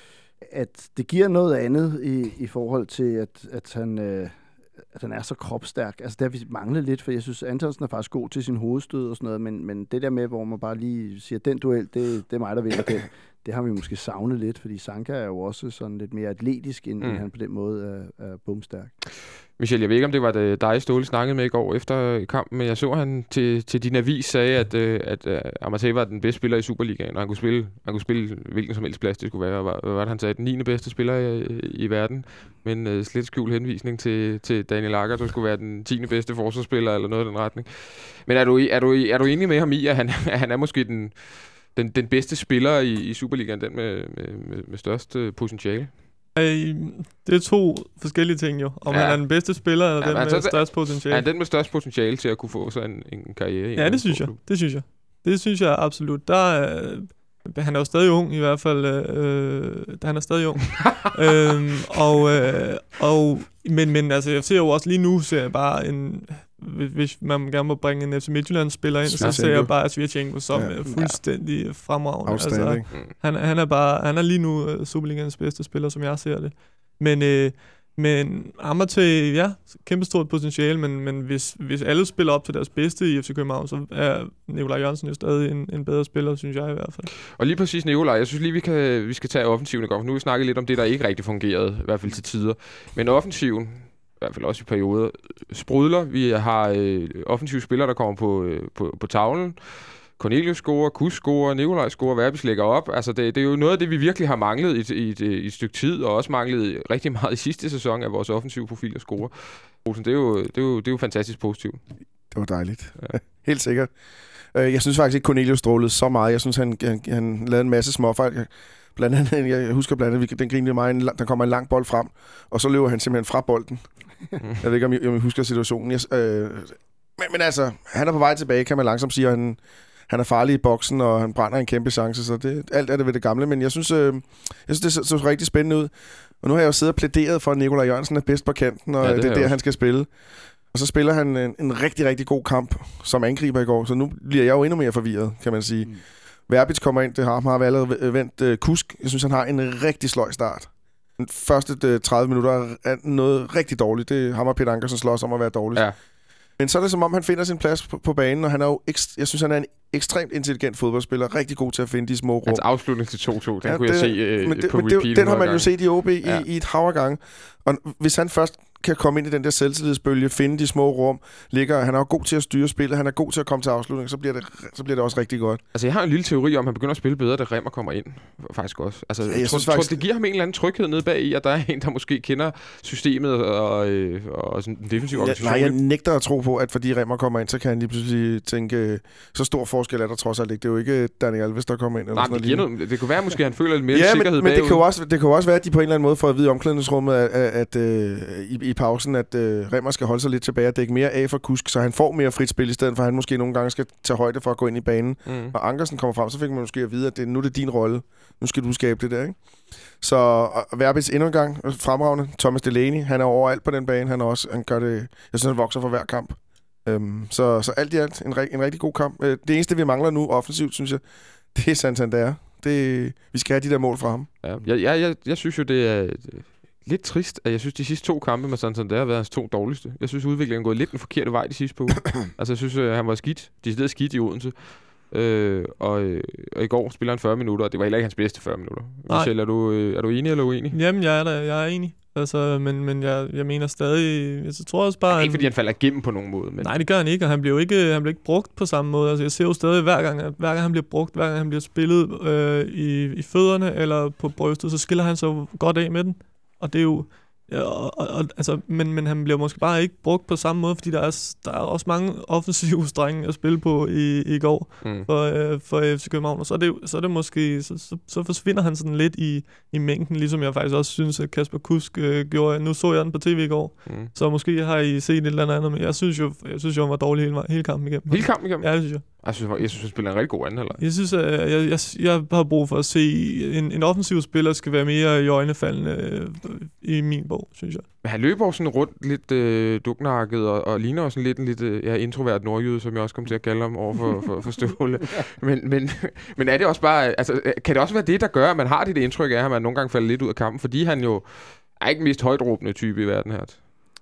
at det giver noget andet i, i forhold til, at, at han... Øh, at han er så kropstærk. Altså, det har vi manglet lidt, for jeg synes, Antonsen er faktisk god til sin hovedstød og sådan noget, men, men det der med, hvor man bare lige siger, den duel, det, det er mig, der vinder den, det har vi måske savnet lidt, fordi Sanka er jo også sådan lidt mere atletisk, end, mm. end han på den måde er, er bumstærk. Michel, jeg ved ikke, om det var det dig, Ståle snakkede med i går efter kampen, men jeg så, han til, til din avis sagde, at, at, at Amartey var den bedste spiller i Superligaen, og han kunne spille, han kunne spille hvilken som helst plads det skulle være. Hvad var det, han sagde? Den niende bedste spiller i, i verden, med en uh, slet skjult henvisning til, til Daniel Agger, der skulle være den tiende bedste forsvarsspiller, eller noget i den retning. Men er du, er du, er du enig med ham i, at han, at han er måske den, den, den bedste spiller i, i Superligaen, den med, med, med størst uh, potentiale? Det er to forskellige ting jo. Om ja. han er den bedste spiller, eller ja, den med så, størst potentiale. Ja, den med størst potentiale til at kunne få sig en, en karriere. Ja, det synes jeg. Det synes jeg. Det synes jeg absolut. Der er, han er jo stadig ung i hvert fald. Øh, han er stadig ung. øhm, og, øh, og, men, men altså, jeg ser jo også lige nu, ser jeg bare en... Hvis man gerne må bringe en F C Midtjylland-spiller ind, så ser jeg bare Svirchenko som ja. fuldstændig ja. fremragende. Altså, han, han, er bare, han er lige nu uh, Superligaens bedste spiller, som jeg ser det. Men, øh, men Amartey, ja, kæmpestort potentiale, men, men hvis, hvis alle spiller op til deres bedste i F C København, så er Nikolaj Jørgensen jo stadig en, en bedre spiller, synes jeg i hvert fald. Og lige præcis Nikolaj, jeg synes lige, vi, kan, vi skal tage offensiven i går. Nu har vi snakket lidt om det, der ikke rigtig fungerede, i hvert fald til tider. Men offensiven, i hvert fald også i perioder, sprudler. Vi har øh, offensive spillere, der kommer på, øh, på, på tavlen. Cornelius scorer, Kus scorer, Nikolaj scorer, Verbis lægger op. Altså, det, det er jo noget af det, vi virkelig har manglet i, i, et, i et stykke tid, og også manglet rigtig meget i sidste sæson af vores offensive profiler scorer. Det er jo, det er jo, det er jo fantastisk positivt. Det var dejligt. Ja. Helt sikkert. Jeg synes faktisk ikke, Cornelius strålede så meget. Jeg synes, han, han, han lavede en masse småfejl. Blandt andet, jeg husker blandt andet, den grinede mig, der kommer en lang bold frem, og så løber han simpelthen fra bolden. Jeg ved ikke, om I, om I husker situationen. Jeg, øh, men, men altså, han er på vej tilbage, kan man langsomt sige, han, han er farlig i boksen, og han brænder en kæmpe chance, så det, alt er det ved det gamle. Men jeg synes, øh, jeg synes det så, så rigtig spændende ud. Og nu har jeg jo siddet og plæderet for, at Nikolaj Jørgensen er bedst på kanten, og ja, det, det er der, også. Han skal spille. Og så spiller han en, en rigtig, rigtig god kamp som angriber i går, så nu bliver jeg jo endnu mere forvirret, kan man sige. Mm. Verbitz kommer ind, det har, har vi allerede vendt uh, Kusk. Jeg synes, han har en rigtig sløj start. Den første uh, tredive minutter er noget rigtig dårligt. Det er ham og Peter Ankersen slås om at være dårligt. Ja. Men så er det som om, han finder sin plads på, på banen, og han er jo ekst- jeg synes, han er en ekstremt intelligent fodboldspiller. Rigtig god til at finde de små rum. Hans afslutning til to to, den ja, kunne det, jeg se uh, det, på repeat. Den har man jo set i O B ja. i, i et hav af gange. Og hvis han først kan komme ind i den der selvtillidsbølge, finde de små rum, ligger, han er jo god til at styre spillet, han er god til at komme til afslutning, så bliver det, så bliver det også rigtig godt. Altså, jeg har en lille teori om, at han begynder at spille bedre, da Remmer kommer ind, faktisk også. Altså, jeg, jeg tror, faktisk... tror, det giver ham en eller anden tryghed nede bag i, at der er en, der måske kender systemet og, øh, og sådan en defensiv organisation. Ja, nej, jeg nægter at tro på, at fordi Remmer kommer ind, så kan han lige pludselig tænke, så stor forskel er der trods alt ikke. Det er jo ikke Daniel Alves, der kommer ind. Eller nej, sådan det, giver noget, det kunne være, at måske han føler lidt mere ja, sikkerhed men, men bagud. det kan jo også, det kan jo også være, at de på en eller anden måde får at vide i omklædningsrummet, at, at, at øh, i, i pausen, at øh, Remmer skal holde sig lidt tilbage og dække mere af for Kusk, så han får mere frit spil, i stedet for at han måske nogle gange skal tage højde for at gå ind i banen. Mm. Og Ankersen kommer frem, så fik man måske at vide, at det, nu er det din rolle. Nu skal du skabe det der, ikke? Så Verbitz endnu en gang fremragende. Thomas Delaney, han er overalt på den bane. Han er også, han gør det, jeg synes, han vokser for hver kamp. Øhm, så, så alt i alt en, en rigtig god kamp. Det eneste, vi mangler nu offensivt, synes jeg, det er Santander. Det, vi skal have de der mål fra ham. Ja, jeg, jeg, jeg, jeg synes jo, det er lidt trist, at jeg synes, de sidste to kampe med Santander har været hans to dårligste. Jeg synes, udviklingen er gået lidt den forkerte vej de sidste på. Altså, jeg synes, at han var skidt. De sidder skidt i Odense. Øh, og, øh, og i går spiller han fyrre minutter, og det var heller ikke hans bedste fyrre minutter. Michel, er du, øh, er du enig eller uenig? Jamen, jeg er der, jeg er enig. Altså, men, men jeg, jeg mener stadig... Jeg tror også bare... Ja, ikke fordi han falder igennem på nogen måde. Men... Nej, det gør han ikke, og han bliver jo ikke, han bliver ikke brugt på samme måde. Altså, jeg ser jo stadig, hver gang, at hver gang han bliver brugt, hver gang han bliver spillet øh, i, i fødderne eller på brystet, så skiller han så godt af med den. Og det er jo... Ja, og, og, altså, men, men han bliver måske bare ikke brugt på samme måde, fordi der er, der er også mange offensive strenge at spille på i, i går mm. for, øh, for F C København. Og så er det, så er det måske, så, så, så forsvinder han sådan lidt i, i mængden, ligesom jeg faktisk også synes, at Kasper Kusk øh, gjorde. Nu så jeg den på tv i går, mm. så måske har I set et eller andet, men jeg synes jo, jeg synes jo han var dårlig hele, hele kampen igennem. Hele kampen igennem? Ja, det synes jeg. Jeg synes, jeg synes, han spiller en rigtig god anden halvleg. Jeg synes, at jeg, jeg, jeg har brug for at se, en, en offensiv spiller skal være mere i øjnefaldende øh, i min bog, synes jeg. Men han løber også sådan rundt lidt øh, duknakket og, og ligner også lidt en lidt øh, ja, introvert nordjyde, som jeg også kom til at kalde ham over for, for, for Ståle. men, men, men er det også bare, altså, kan det også være det, der gør, at man har det indtryk af, at man nogle gange falder lidt ud af kampen, fordi han jo er ikke den mest højtråbende type i verden her?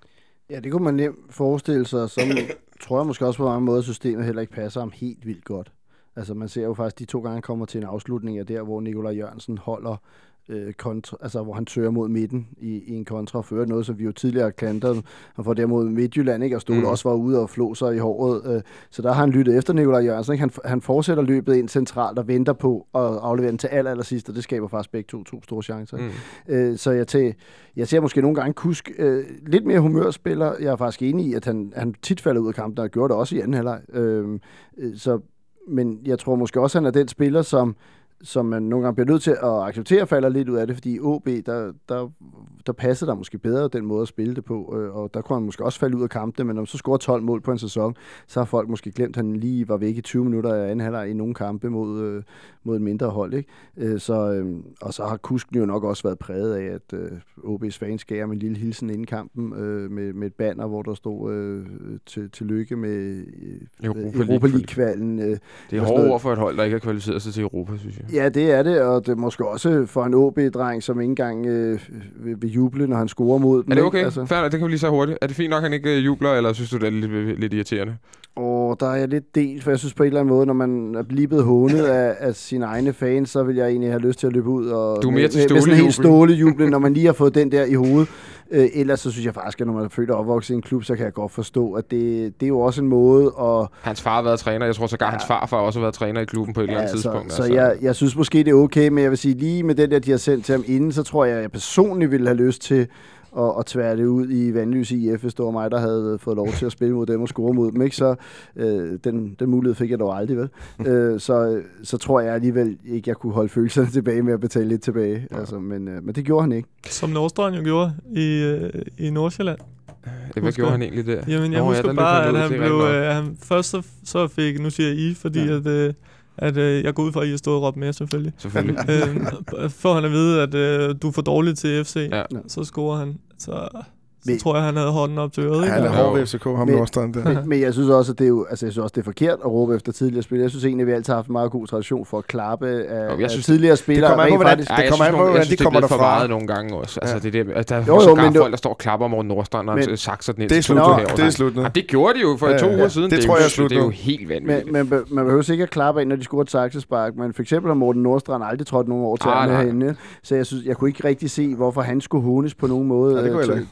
Ja, det kunne man nemt forestille sig, som tror jeg måske også på mange måder, at systemet heller ikke passer ham helt vildt godt. Altså man ser jo faktisk, de to gange kommer til en afslutning af der, hvor Nikolaj Jørgensen holder øh, kontra, altså hvor han søger mod midten i, i en kontra og fører noget, som vi jo tidligere har klandret. Han får derimod Midtjylland, ikke? Og Ståle mm. også var ude og flå sig i håret. Øh, så der har han lyttet efter Nikolaj Jørgensen. Ikke? Han, han fortsætter løbet ind centralt og venter på at aflevere den til aller, aller sidst, og det skaber faktisk begge to, to store chancer. Mm. Øh, så jeg, til, jeg ser måske nogle gange Kusk øh, lidt mere humørspiller. Jeg er faktisk enig i, at han, han tit falder ud af kampen, og gjorde det også i anden halvleg. Øh, øh, så Men jeg tror måske også, at han er den spiller, som, som man nogle gange bliver nødt til at acceptere, falder lidt ud af det, fordi i O B, der, der, der passer der måske bedre den måde at spille det på, og der kunne han måske også falde ud af kampene, men når man så scorer tolv mål på en sæson, så har folk måske glemt, at han lige var væk i tyve minutter af anden halvleg i nogle kampe mod, øh, mod et mindre hold, ikke? Så, øh, og så har Kusken jo nok også været præget af, at øh, O B's fans gav ham en lille hilsen inden kampen øh, med, med et banner, hvor der stod øh, til, til lykke med øh, Europa, Europa League-kvalden. Øh, det er hårdt ord for et hold, der ikke har kvalificeret sig til Europa, synes jeg. Ja, det er det, og det er måske også for en O B-dreng, som ikke engang øh, vil, vil juble, når han scorer mod dem. Er det okay? Altså. Færdig, det kan vi lige så hurtigt. Er det fint nok, at han ikke jubler, eller synes du, det er lidt, lidt irriterende? Og der er jeg lidt delt, for jeg synes på en eller anden måde, når man er blippet hånet af, af sine egne fans, så vil jeg egentlig have lyst til at løbe ud og du er mere med, til med, med sådan en helt Ståle-jubel, når man lige har fået den der i hovedet. Øh, ellers så synes jeg faktisk, at når man er født og opvokset i en klub, så kan jeg godt forstå, at det, det er jo også en måde at... Hans far har været træner. Jeg tror sågar, ja. hans farfar også har været træner i klubben på et ja, eller andet så, tidspunkt. Så altså. jeg, jeg synes måske, det er okay, men jeg vil sige, lige med den der, de har sendt til ham inden, så tror jeg, at jeg personligt ville have lyst til og, og tvære det ud i Vandløse I F, hvis det var mig, der havde fået lov til at spille mod dem og score mod dem, ikke? Så øh, den, den mulighed fik jeg dog aldrig, vel? øh, så, så tror jeg alligevel ikke, jeg kunne holde følelserne tilbage med at betale lidt tilbage. Ja. Altså, men, øh, men det gjorde han ikke. Som Nordstrand jo gjorde i, øh, i Nordsjælland. Ja, hvad gjorde han egentlig der? Jamen, jeg Nå, husker ja, bare, at han blev... Øh, han først så, så fik, nu siger jeg I, fordi ja. at... Øh, at øh, jeg går ud fra, at I har stået og råbt mere, selvfølgelig. Selvfølgelig. øh, får han at vide, at øh, du er for dårlig til F C, ja. så scorer han. Så, så men, tror jeg, han havde hånden op til øret. Ja, han er hård ved F C K, ham Nordstrand der. Men, men jeg synes også, at det er jo, altså jeg synes også, det er forkert at råbe efter tidligere spillere. Jeg synes egentlig, at vi altid har haft en meget god tradition for at klappe af, jo, synes, af tidligere spillere. Det kommer an på, hvordan, ja, det kommer an på, hvordan de kommer derfra. for meget nogle gange også. Altså, det, det, altså, der er jo, jo, sågar men folk, der står og klapper om over Nordstrand, og sakser den ind til slut herovre. Det er slut nu. Det gjorde de jo for to uger siden. Det tror jeg er slut nu. Det er jo helt vanvittigt. Men man behøver ikke at klappe ind, når de scorer et saksespark. Men for eksempel har Morten Nordstrand aldrig trådt nogen over til herinde. Så jeg synes, jeg kunne ikke rigtig se, hvorfor han skulle hånes på nogen måde.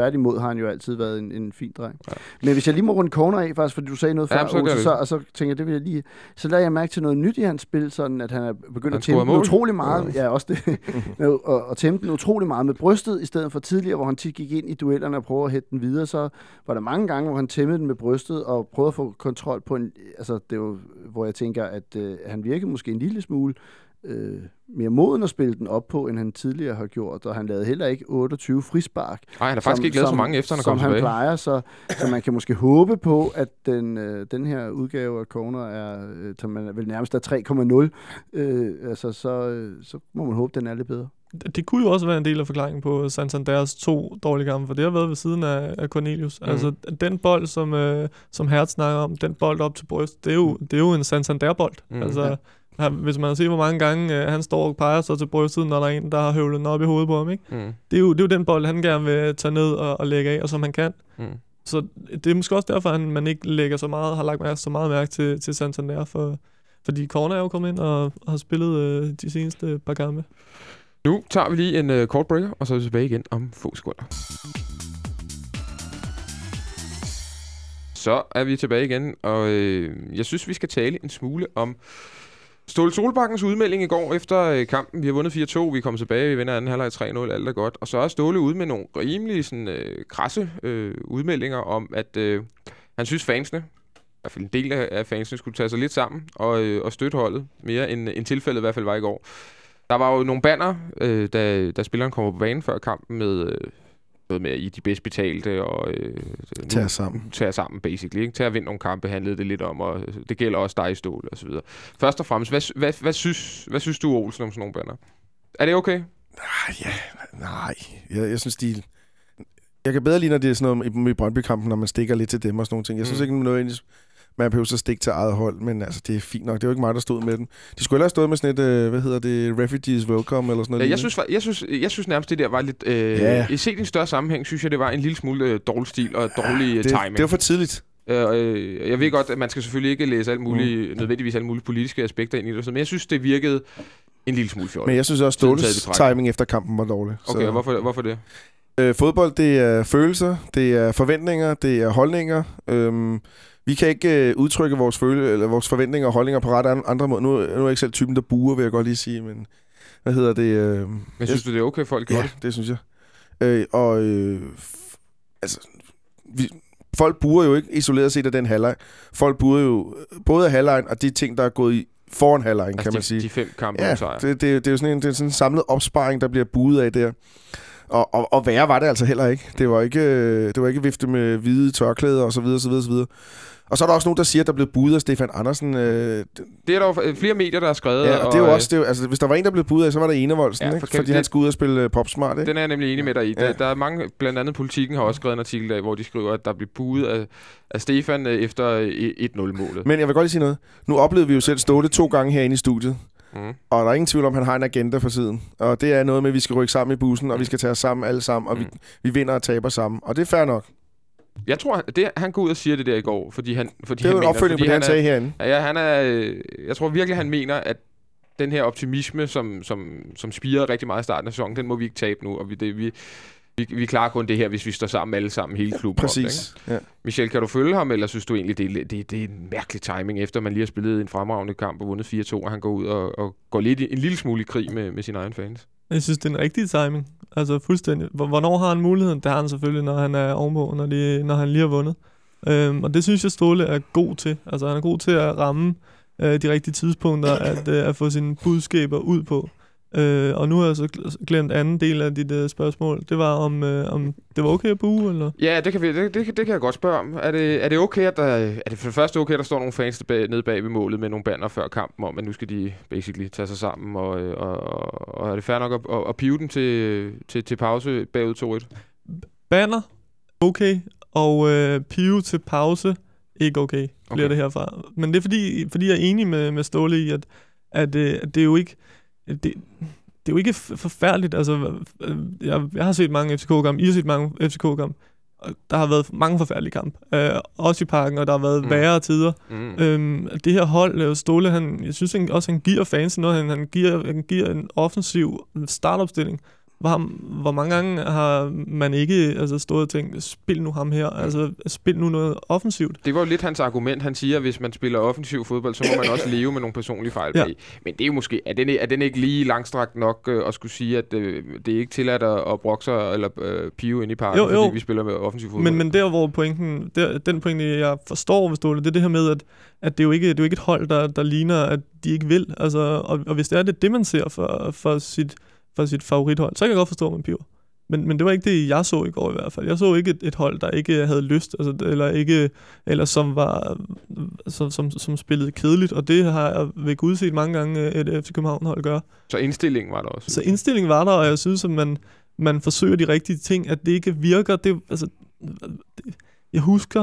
Tværtimod har han jo altid været en, en fin dreng. Ja. Men hvis jeg lige må runde corner af, faktisk, fordi du sagde noget før, ja, så, Olsen, så, og så tænker jeg, det vil jeg lige... Så lader jeg mærke til noget nyt i hans spil, sådan at han er begyndt han at tæmme den utrolig meget. Ja, ja også det. og, og tæmme den utrolig meget med brystet, i stedet for tidligere, hvor han tit gik ind i duellerne og prøvede at hætte den videre. Så var der mange gange, hvor han tæmmede den med brystet og prøvede at få kontrol på en... Altså, det var, hvor jeg tænker, at øh, han virkede måske en lille smule øh, mere moden at spille den op på, end han tidligere har gjort, og han lavede heller ikke otteogtyve frispark. Nej, han har faktisk som, ikke lavet som, så mange efter, han kom tilbage. Som han plejer, så, så man kan måske håbe på, at den, øh, den her udgave af corner er, øh, som man vel nærmest er tre komma nul, øh, altså, så, øh, så må man håbe, at den er lidt bedre. Det, det kunne jo også være en del af forklaringen på Santanders to dårlige kampe, for det har været ved siden af, af Cornelius. Mm. Altså, den bold, som, øh, som Hertz snakker om, den bold op til bryst, det er jo, det er jo en Santander-bold. Mm. Altså, ja. Hvis man ser, hvor mange gange øh, han står og peger så til brystet, når der er en, der har høvlet den op i hovedet på ham, ikke? Mm. Det, er jo, det er jo den bold, han gerne vil tage ned og, og lægge af, og som han kan. Mm. Så det er måske også derfor, at man ikke lægger så meget, har lagt mærke, så meget mærke til, til Santander, for, fordi Corner er jo kommet ind og har spillet øh, de seneste par kampe. Nu tager vi lige en øh, kort breaker, og så er vi tilbage igen om få sekunder. Så er vi tilbage igen, og øh, jeg synes, vi skal tale en smule om Ståle Solbakkens udmelding i går efter øh, kampen. Vi har vundet fire to, vi er kommet tilbage, vi vinder anden halvleg tre nul, alt er godt. Og så er Ståle ude med nogle rimelig sådan, øh, krasse øh, udmeldinger om, at øh, han synes fansene, i hvert fald en del af fansene, skulle tage sig lidt sammen og, øh, og støtte holdet mere, end, end tilfældet i hvert fald var i går. Der var jo nogle banner, øh, da, da spilleren kommer på banen før kampen med øh, noget med i de bedst betalte og øh, tager sammen. Tager sammen, basically. Ikke? Til at vinde nogle kampe handlede det lidt om, og det gælder også dig, Ståle, og så videre. Først og fremmest, hvad, hvad, hvad, synes, hvad synes du, Olsen, om sådan nogle banner? Er det okay? Nej, ja, nej. Jeg, jeg synes, de... Jeg kan bedre lide, når det er sådan noget i, i Brøndby-kampen, når man stikker lidt til dem og sådan nogle ting. Jeg synes mm. ikke, noget man behøver så stikke til eget hold, men altså, det er fint nok. Det er jo ikke mig, der stod med den. De skulle ellers have stået med sådan et, øh, hvad hedder det, Refugees Welcome, eller sådan noget. Ja, jeg, synes, jeg, synes, jeg synes nærmest, det der var lidt... Øh, ja. I set i en større sammenhæng, synes jeg, det var en lille smule øh, dårlig stil og dårlig ja, det, timing. Det var for tidligt. Øh, jeg ved godt, at man skal selvfølgelig ikke læse alt muligt, mm. nødvendigvis alle mulige politiske aspekter ind i det, men jeg synes, det virkede en lille smule fjollet. Men jeg synes også, Ståles timing efter kampen var dårlig. Okay, så. Hvorfor, hvorfor det? Øh, fodbold, det er følelser, det er forventninger, det er holdninger. Øhm, vi kan ikke øh, udtrykke vores, føle, eller vores forventninger og holdninger på ret andre måder. Nu, nu er jeg ikke selv typen, der buer, vil jeg godt lige sige, men hvad hedder det? Øh, men synes du, det er okay, folk gør ja, det? det synes jeg. Øh, og øh, f- altså, vi, folk buer jo ikke isoleret set af den halvleg. Folk buer jo både af halvlejen og de ting, der er gået i foran halvlejen, altså kan man de, sige. de fem kampe, ja, det, det, det er jo sådan en, det er sådan en samlet opsparing, der bliver buet af der. Og, og, og værre var det altså heller ikke. Det var ikke, det var ikke vifte med hvide tørklæder og så videre, så videre, så videre. Og så er der også nogen, der siger, at der blev budet af Stefan Andersen. Øh, det er der jo flere medier, der har skrevet. Ja, og det er jo også, det er jo, altså hvis der var en, der blev budet af, så var der Enevoldsen, ja, for, fordi det, han skulle ud og spille Popsmart, ikke? Den er jeg nemlig enig med dig i. Ja. Der, der er mange, blandt andet Politikken har også skrevet en artikel af, hvor de skriver, at der blev budet af, af Stefan efter et nul-målet. Men jeg vil godt lige sige noget. Nu oplevede vi jo selv Ståle to gange herinde i studiet. Mm. Og der er ingen tvivl om, at han har en agenda for siden. Og det er noget med, at vi skal rykke sammen i bussen, og vi skal tage os sammen alle sammen, og mm. vi, vi vinder og taber sammen. Og det er fair nok. Jeg tror, det, han går ud og siger det der i går, fordi han... Fordi det er jo han en opfølgning på det, han sagde herinde. Ja, han er... Jeg tror virkelig, han mener, at den her optimisme, som, som, som spirede rigtig meget i starten af sæsonen, den må vi ikke tabe nu, og vi, det, vi, vi, vi klarer kun det her, hvis vi står sammen alle sammen, hele klubben. Præcis. Op, ja. Michel, kan du følge ham, eller synes du egentlig, det, det, det er en mærkelig timing, efter man lige har spillet en fremragende kamp og vundet fire to, og han går ud og, og går lidt en lille smule i krig med, med sine egne fans? Jeg synes, det er en rigtig timing. Altså fuldstændig. Hvornår har han muligheden? Det har han selvfølgelig, når han er ovenpå, når, de, når han lige har vundet. Øhm, og det synes jeg, Ståle er god til. Altså han er god til at ramme øh, de rigtige tidspunkter, at, øh, at få sine budskaber ud på. Øh, og nu har jeg så glemt anden del af dit uh, spørgsmål. Det var om, øh, om det var okay at buge, eller? Ja, det kan, vi, det, det, det kan jeg godt spørge om. Er det, er det okay, at der, er det for det første okay, at der står nogle fans bag, nede bag ved målet med nogle banner før kampen om, at nu skal de basically tage sig sammen, og, og, og, og er det fair nok at, at, at pive den til, til, til pause bagud to et? Banner, okay, og øh, pive til pause, ikke okay, bliver okay. Det herfra. Men det er fordi, fordi jeg er enig med, med Ståle i, at, at, at det er jo ikke... Det, det er jo ikke forfærdeligt. Altså, jeg, jeg har set mange F C K-kampe. I har set mange F C K-kampe. Der har været mange forfærdelige kampe. Øh, også i Parken, og der har været mm. værre tider. Mm. Øhm, det her hold, Ståle, han, jeg synes han, også, han giver fansen noget. Han, han, giver, han giver en offensiv startopstilling, hvor, hvor mange gange har man ikke altså, stået og tænkt, spil nu ham her, altså spil nu noget offensivt. Det var jo lidt hans argument. Han siger, at hvis man spiller offensiv fodbold, så må man også leve med nogle personlige fejl. Ja. Men det er jo måske, er den, er den ikke lige langstrakt nok øh, at skulle sige, at øh, det er ikke tilladt at, at brokke sig eller øh, pive ind i parken, jo, jo. Fordi vi spiller med offensiv fodbold. Men, men der, hvor pointen, der, den pointe, jeg forstår, hvis du det er det her med, at, at det, er jo ikke, det er jo ikke et hold, der, der ligner, at de ikke vil. Altså, og, og hvis det er det, det man ser for, for sit for sit favorithold, så kan jeg godt forstå, at man piver. Men, men det var ikke det, jeg så i går i hvert fald. Jeg så ikke et, et hold, der ikke havde lyst, altså, eller, ikke, eller som, var, som, som, som spillede kedeligt, og det har jeg ved Gud set mange gange, et F C København-hold gøre. Så indstillingen var der også? Så indstillingen var der, og jeg synes, at man, man forsøger de rigtige ting, at det ikke virker. Det, altså, det, jeg husker,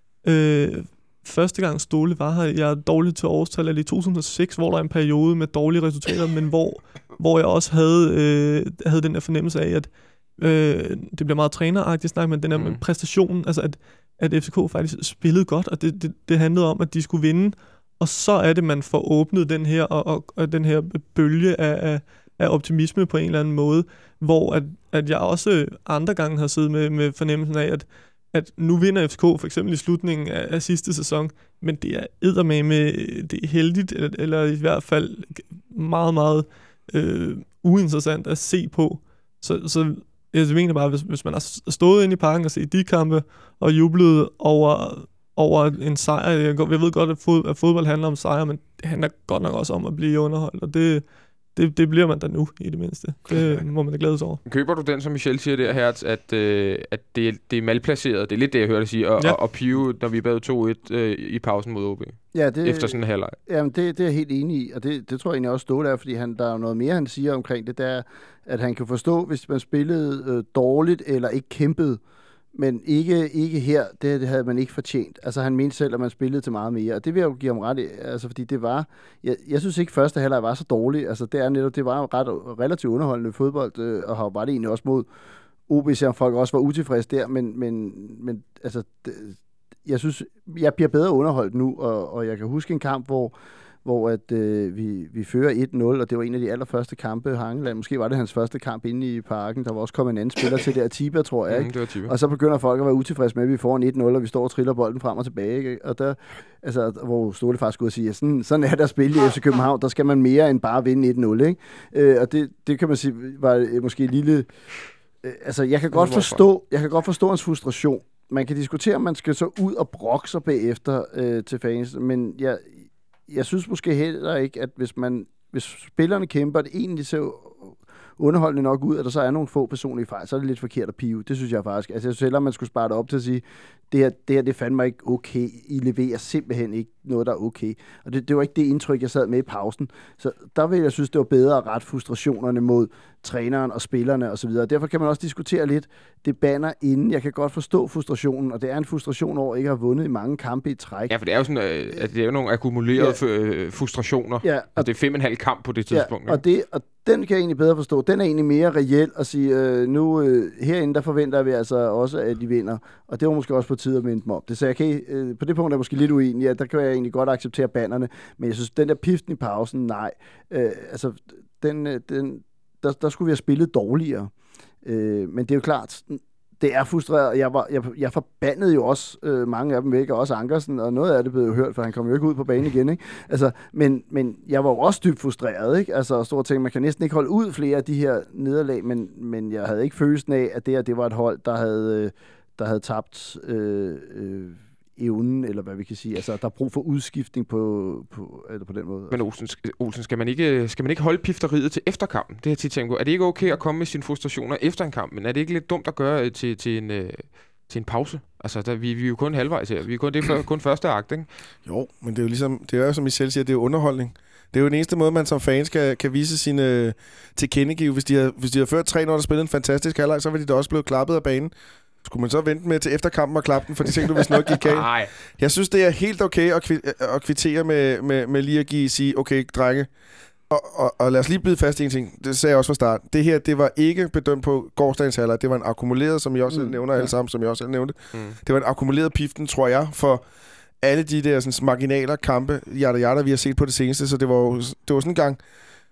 øh, første gang Ståle var her, jeg er dårlig til årstal, i to tusind og seks, hvor der er en periode med dårlige resultater, men hvor, hvor jeg også havde, øh, havde den der fornemmelse af, at øh, det bliver meget træneragtigt snak, men den der mm. præstation, altså at, at F C K faktisk spillede godt, og det, det, det handlede om, at de skulle vinde, og så er det, man får åbnet den her, og, og, og den her bølge af, af, af optimisme på en eller anden måde, hvor at, at jeg også andre gange har siddet med, med fornemmelsen af, at at nu vinder F C K for eksempel i slutningen af, af sidste sæson, men det er eddermame, det er heldigt, eller, eller i hvert fald meget, meget øh, uinteressant at se på. Så, så jeg mener bare, hvis, hvis man har stået inde i parken og set de kampe, og jublet over, over en sejr, jeg, jeg ved godt, at, fod, at fodbold handler om sejr, men det handler godt nok også om at blive underholdt, og det Det, det bliver man da nu, i det mindste. Det må man da glæde sig over. Køber du den, som Michel siger der her, at, øh, at det, det er malplaceret? Det er lidt det, jeg hørte dig sige. Og, ja. og, og pive, når vi er bag to et øh, i pausen mod O B. Ja, det, efter sådan en halvleg. Jamen, det, det er jeg helt enig i. Og det, det tror jeg egentlig også Ståle er, fordi han, der er noget mere, han siger omkring det, der at han kan forstå, hvis man spillede øh, dårligt eller ikke kæmpede, men ikke, ikke her, det, det havde man ikke fortjent. Altså han mente selv, at man spillede til meget mere, og det vil jeg jo give ham ret i, altså fordi det var, jeg, jeg synes ikke første halvleg var så dårlig, altså det er netop, det var jo ret relativt underholdende fodbold, øh, og har var det egentlig også mod O B, selvom folk også var utilfredse der, men, men, men altså, det, jeg synes, jeg bliver bedre underholdt nu, og, og jeg kan huske en kamp, hvor hvor at, øh, vi, vi fører et nul, og det var en af de allerførste kampe, Hangeland. Måske var det hans første kamp inde i parken. Der var også kommet en anden spiller til der, Tiba, tror jeg. Ikke? Mm, det var Tiba. Og så begynder folk at være utilfredse med, at vi får en et nul, og vi står og triller bolden frem og tilbage. Ikke? Og der, altså, hvor Ståle faktisk ud og sige, at sådan, sådan er der at spille i F C København. Der skal man mere end bare vinde et nul. Ikke? Øh, og det, det kan man sige, var måske et lille... Øh, altså, jeg kan, godt forstå, jeg kan godt forstå hans frustration. Man kan diskutere, om man skal så ud og brokke sig bagefter øh, til fans, men jeg... Jeg synes måske heller ikke, at hvis man hvis spillerne kæmper, det egentlig ser underholdende nok ud, at der så er nogle få personlige fejl, så er det lidt forkert at pive. Det synes jeg faktisk. Altså jeg synes heller, man skulle spare det op til at sige, det her, det her, det fandt mig ikke okay. I leverer simpelthen ikke noget, der er okay. Og det, det var ikke det indtryk, jeg sad med i pausen. Så der vil jeg synes, det var bedre at rette frustrationerne mod træneren og spillerne osv. Derfor kan man også diskutere lidt det banner inden. Jeg kan godt forstå frustrationen, og det er en frustration over ikke at have vundet i mange kampe i træk. Ja, for det er jo sådan, at det er jo nogle akkumulerede ja. frustrationer. Ja, og, og det er fem og en halv kamp på det tidspunkt. Ja, og, det, og den kan jeg egentlig bedre forstå. Den er egentlig mere reel at sige, øh, nu øh, herinde, der forventer vi altså også, at de vinder. Og det var måske også på tide at minde dem om det. Så jeg kan, øh, på det punkt er jeg måske lidt uenig. Ja, der kan jeg egentlig godt acceptere bannerne. Men jeg synes, den der piften i pausen, nej. Øh, altså, den... den Der, der skulle vi have spillet dårligere. Øh, men det er jo klart, det er frustreret. Jeg, var, jeg, jeg forbandede jo også øh, mange af dem væk, og også Ankersen, og noget af det blev jo hørt, for han kom jo ikke ud på banen igen. Ikke? Altså, men, men jeg var jo også dybt frustreret. Ikke? Altså, stort ting, man kan næsten ikke holde ud flere af de her nederlag, men, men jeg havde ikke følelsen af, at det her, det var et hold, der havde, der havde tabt... Øh, øh, evnen, eller hvad vi kan sige. Altså, der er brug for udskiftning på, på, eller på den måde. Men Olsen, Olsen skal, man ikke, skal man ikke holde pifteriet til efterkampen? Det har jeg tit tænkt på. Er det ikke okay at komme med sine frustrationer efter en kamp? Men er det ikke lidt dumt at gøre til, til, en, til en pause? Altså, der, vi, vi er jo kun halvvejs her. Vi er kun, det er kun første akt, ikke? Jo, men det er jo ligesom, det er jo som Michel siger, det er jo underholdning. Det er jo den eneste måde, man som fans kan, kan vise sine tilkendegive. Hvis de har, hvis de har ført tre, når der spillet en fantastisk halvleg, så vil de da også blive klappet af banen. Skulle man så vente med til efterkampen og klappe den, for de tænkte du, hvis noget gik galt? Jeg synes, det er helt okay at, kvi- at kvittere med, med, med lige at give, sige, okay, drenge, og, og, og lad os lige bide fast i en ting. Det sagde jeg også fra start. Det her, det var ikke bedømt på gårdsdagens halvleg. Det var en akkumuleret, som jeg også mm. nævner alle sammen, som jeg også selv nævnte. Mm. Det var en akkumuleret piften, tror jeg, for alle de der sådan, marginaler, kampe, jada jada, vi har set på det seneste. Så det var jo det var sådan en gang...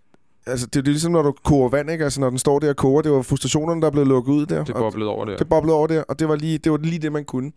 altså, det er ligesom, når du koger vand, ikke? Altså, når den står der og koger, det var frustrationerne, der er blevet lukket ud der. Det boblede over der. Det boblede over der, og det var lige det, var lige det man kunne.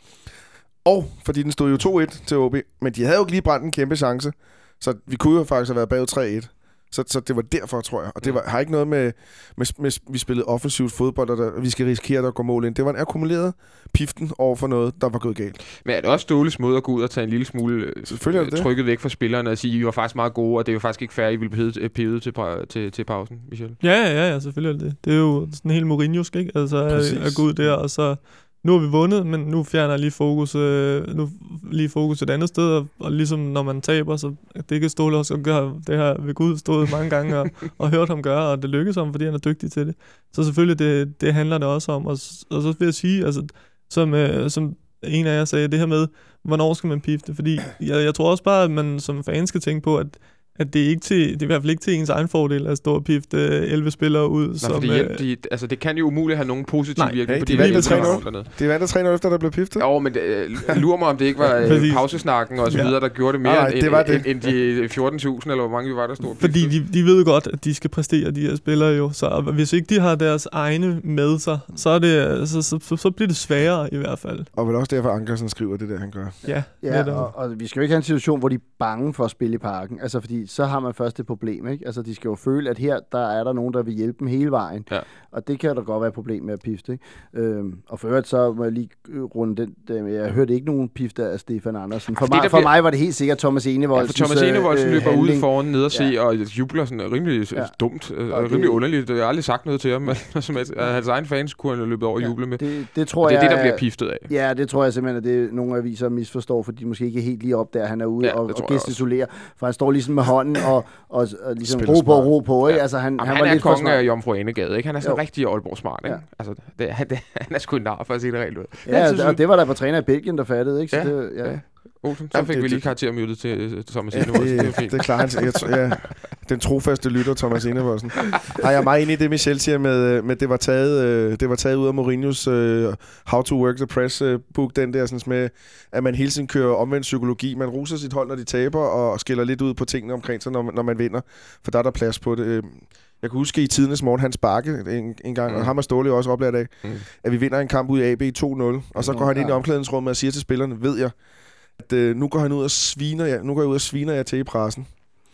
Og fordi den stod jo to et til O B, men de havde jo lige brændt en kæmpe chance, så vi kunne jo faktisk have været bag tre et. Så, så det var derfor, tror jeg. Og det var, har ikke noget med, med, med vi spillede offensivt fodbold, og der, vi skal risikere, at der går mål ind. Det var en akkumuleret piften over for noget, der var gået galt. Men er det også Ståles måde at gå ud og tage en lille smule trykket væk fra spillerne og sige, at I var faktisk meget gode, og det er jo faktisk ikke fair, at I ville pede til, til, til pausen, Michel? Ja, ja, ja, selvfølgelig er det. Det er jo sådan helt Mourinho'sk, ikke? Altså at, at gå ud der, og så... Nu har vi vundet, men nu fjerner jeg lige fokus, øh, nu lige fokus et andet sted, og, og ligesom når man taber, så det kan Ståle også gøre, det har ved Gud stået mange gange og, og hørt ham gøre, og det lykkes ham, fordi han er dygtig til det. Så selvfølgelig, det, det handler det også om, og, og så vil jeg sige, altså, som, øh, som en af jer sagde, det her med, hvornår skal man pifte, fordi jeg, jeg tror også bare, at man som fan skal tænke på, at at det er ikke til, det er i hvert fald ikke til ens egen fordel at stå og pifte elleve spillere ud. Nej, som, fordi øh, de, altså, det kan jo umuligt have nogen positiv virkning hey, på de de vandt tre nul. De vandt tre nul efter, der blev piftet. Jo, men øh, lurer mig, om det ikke var øh, pausesnakken og så videre, der gjorde det mere nej, nej, end, det var det. end, end de fjorten tusind, eller hvor mange vi var, der stod. Fordi de, de ved godt, at de skal præstere, de her spillere jo. Så hvis ikke de har deres egne med sig, så, er det, så, så, så, så bliver det sværere i hvert fald. Og vel også derfor, Ankersen skriver det der, han gør. Ja, ja og, og vi skal jo ikke have en situation, hvor de er bange for at spille i parken. Altså, fordi så har man først et problem, ikke? Altså, de skal jo føle, at her, der er der nogen, der vil hjælpe dem hele vejen. Ja. Og det kan der godt være et problem med at pifte, ikke? Øhm, og for øvrigt, så må jeg lige runde den. den jeg hørte ikke nogen pifte af Stefan Andersen. For, mig, for bliver... mig var det helt sikkert Thomas Enevoldsen. Ja, for Thomas Enevoldsen øh, løber handling. ud foran ned og se, ja. og jubler sådan rimelig ja. dumt, og rimelig det... underligt. Jeg har aldrig sagt noget til ham, men som at, at hans egen fans kunne han løbe over og ja, juble med. Det, det tror og det er jeg, det, der bliver piftet af. Ja, det tror jeg simpelthen, at det nogle aviser misforstår, fordi de måske ikke er helt lige op der, han er ude ja, og, og gestikulerer. For han står ligesom med hånden og, og, og ligesom ro på og ro på, ikke? Ja. Altså, han, Jamen, han, han var er lidt konge af Jomfru Anegade, ikke? Han er sådan jo. rigtig Aalborg smart, ikke? Ja. Altså, det, han, det, han er sgu en nar, for at sige det rent ud. Ja, og det, det var der på træner i Belgien, der fattede, ikke? Så ja, det, ja. ja. Olsen, så fik det, vi lige karaktermødet til, til Thomas ja, Enevoldsen. Det, det, det er klart, jeg, ja, den trofaste lytter, Thomas Enevoldsen. Ej, jeg er meget enig i det, Michel siger med, med det var taget, det var taget ud af Mourinho's uh, How to Work the Press uh, book, den der sådan med, at man hele tiden kører omvendt psykologi. Man ruser sit hold, når de taber, og skiller lidt ud på tingene omkring sig, når, når man vinder. For der er der plads på det. Jeg kan huske i tidernes morgen, Hans Bakke en, en gang, mm. og ham og Ståle også oplært af, mm. at vi vinder en kamp ud i A B to nul, og så går han ind i omklædningsrummet og siger til spillerne, ved jeg, at øh, nu går han ud og sviner jer, nu går jeg ud og sviner jer til i pressen.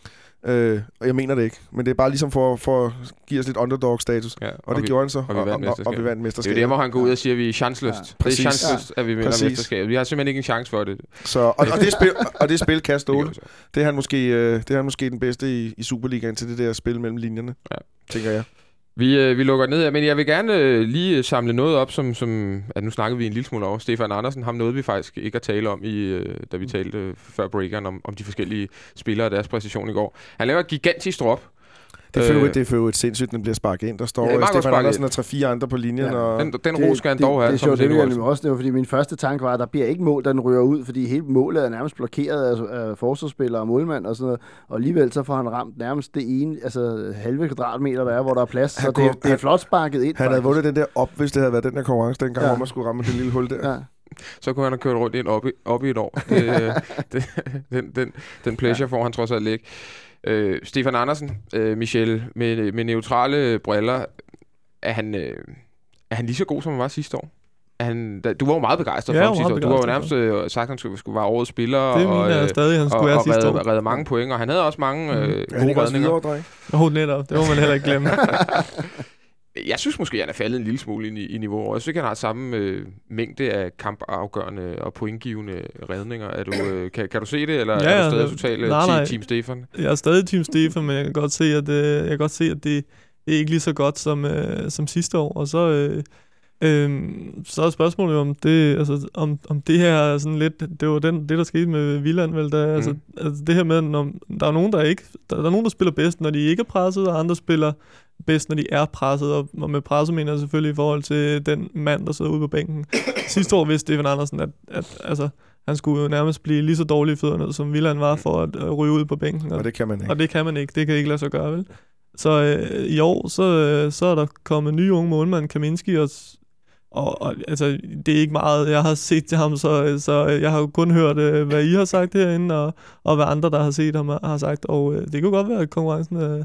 Øh, og jeg mener det ikke, men det er bare ligesom for, for at give os lidt underdog-status, ja, og, og det vi, gjorde han så, og vi vandt mesterskabet. Og vi vandt mesterskabet. Det er der, hvor han går ud og siger, at vi er chanceløst. Ja, det er chanceløst, ja. at vi vinder mesterskabet. Vi har simpelthen ikke en chance for det. Så, og, og, det spil, og det spil kan Ståle. Det er han måske, øh, det er han måske den bedste i, i Superligaen til det der spil mellem linjerne, ja. tænker jeg. Vi, øh, vi lukker ned her, men jeg vil gerne øh, lige samle noget op, som, som at nu snakker vi en lille smule over. Stefan Andersen, ham nåede vi faktisk ikke at tale om, i, øh, da vi talte øh, før breakeren, om, om de forskellige spillere og deres præstation i går. Han laver et gigantisk drop. Det er, øh, det er for jo et sindssygt, den bliver sparket ind. Der står ja, Stefan Andersen og tre-fire andre på linjen. Ja. Og den den ro skal han dog have. Det er sjovt, det vil jeg også. Det var, fordi min første tanke var, at der bliver ikke mål, der den rører ud, fordi hele målet er nærmest blokeret af, af forsvarsspillere og målmand og sådan noget. Og alligevel så får han ramt nærmest det ene, altså halve kvadratmeter, der er, hvor der er plads. Så kunne, det, det er flot sparket ind. Han faktisk havde vundet den der op, hvis det havde været den der konkurrence dengang, ja. hvor man skulle ramme det lille hul der. Ja. Så kunne han have kørt rundt ind op i, op i et år. Det, det, den, den, den pleasure ja. får han trods alt ikke. Øh, Stefan Andersen, øh, Michel, med, med neutrale briller, er han, øh, er han lige så god, som han var sidste år? Er han, da, du var jo meget begejstret ja, for ham sidste år. Du har jo nærmest øh, sagt, at han skulle være årets spiller. Det mener jeg stadig, han skulle være sidste år. Og redde mange point, og han havde også mange øh, mm. gode redninger. Åh, oh, netop. Det må man heller ikke glemme. Jeg synes måske, at han er faldet en lille smule i, i niveau. Jeg synes ikke, han har samme øh, mængde af kampafgørende og pointgivende redninger. Er du, øh, kan, kan du se det, eller ja, er du stadig totalt team, team Stefan? Jeg er stadig Team Stefan, men jeg kan godt se, at, øh, jeg kan godt se, at det, det er ikke lige så godt som, øh, som sidste år. Og så, øh, øh, så er spørgsmålet om det, altså, om, om det her er sådan lidt... Det var den, det, der skete med Wieland, vel? Der, mm. altså, altså, det her med, når der er nogen, der ikke... Der, der er nogen, der spiller bedst, når de ikke er presset, og andre spiller bedst, når de er presset, og med presset mener jeg selvfølgelig i forhold til den mand, der sidder ude på bænken. Sidste år vidste Stefan Andersen, at, at altså, han skulle jo nærmest blive lige så dårlig i fødderne, som Wieland var for at uh, ryge ud på bænken. Og, og det kan man ikke. Og det kan man ikke. Det kan ikke lade sig gøre, vel? Så øh, i år, så, øh, så er der kommet nye unge målmand, Kaminski, og, og, og altså, det er ikke meget, jeg har set til ham, så, så jeg har jo kun hørt, øh, hvad I har sagt herinde, og, og hvad andre, der har set ham, har sagt, og øh, det kan godt være, at konkurrencen øh,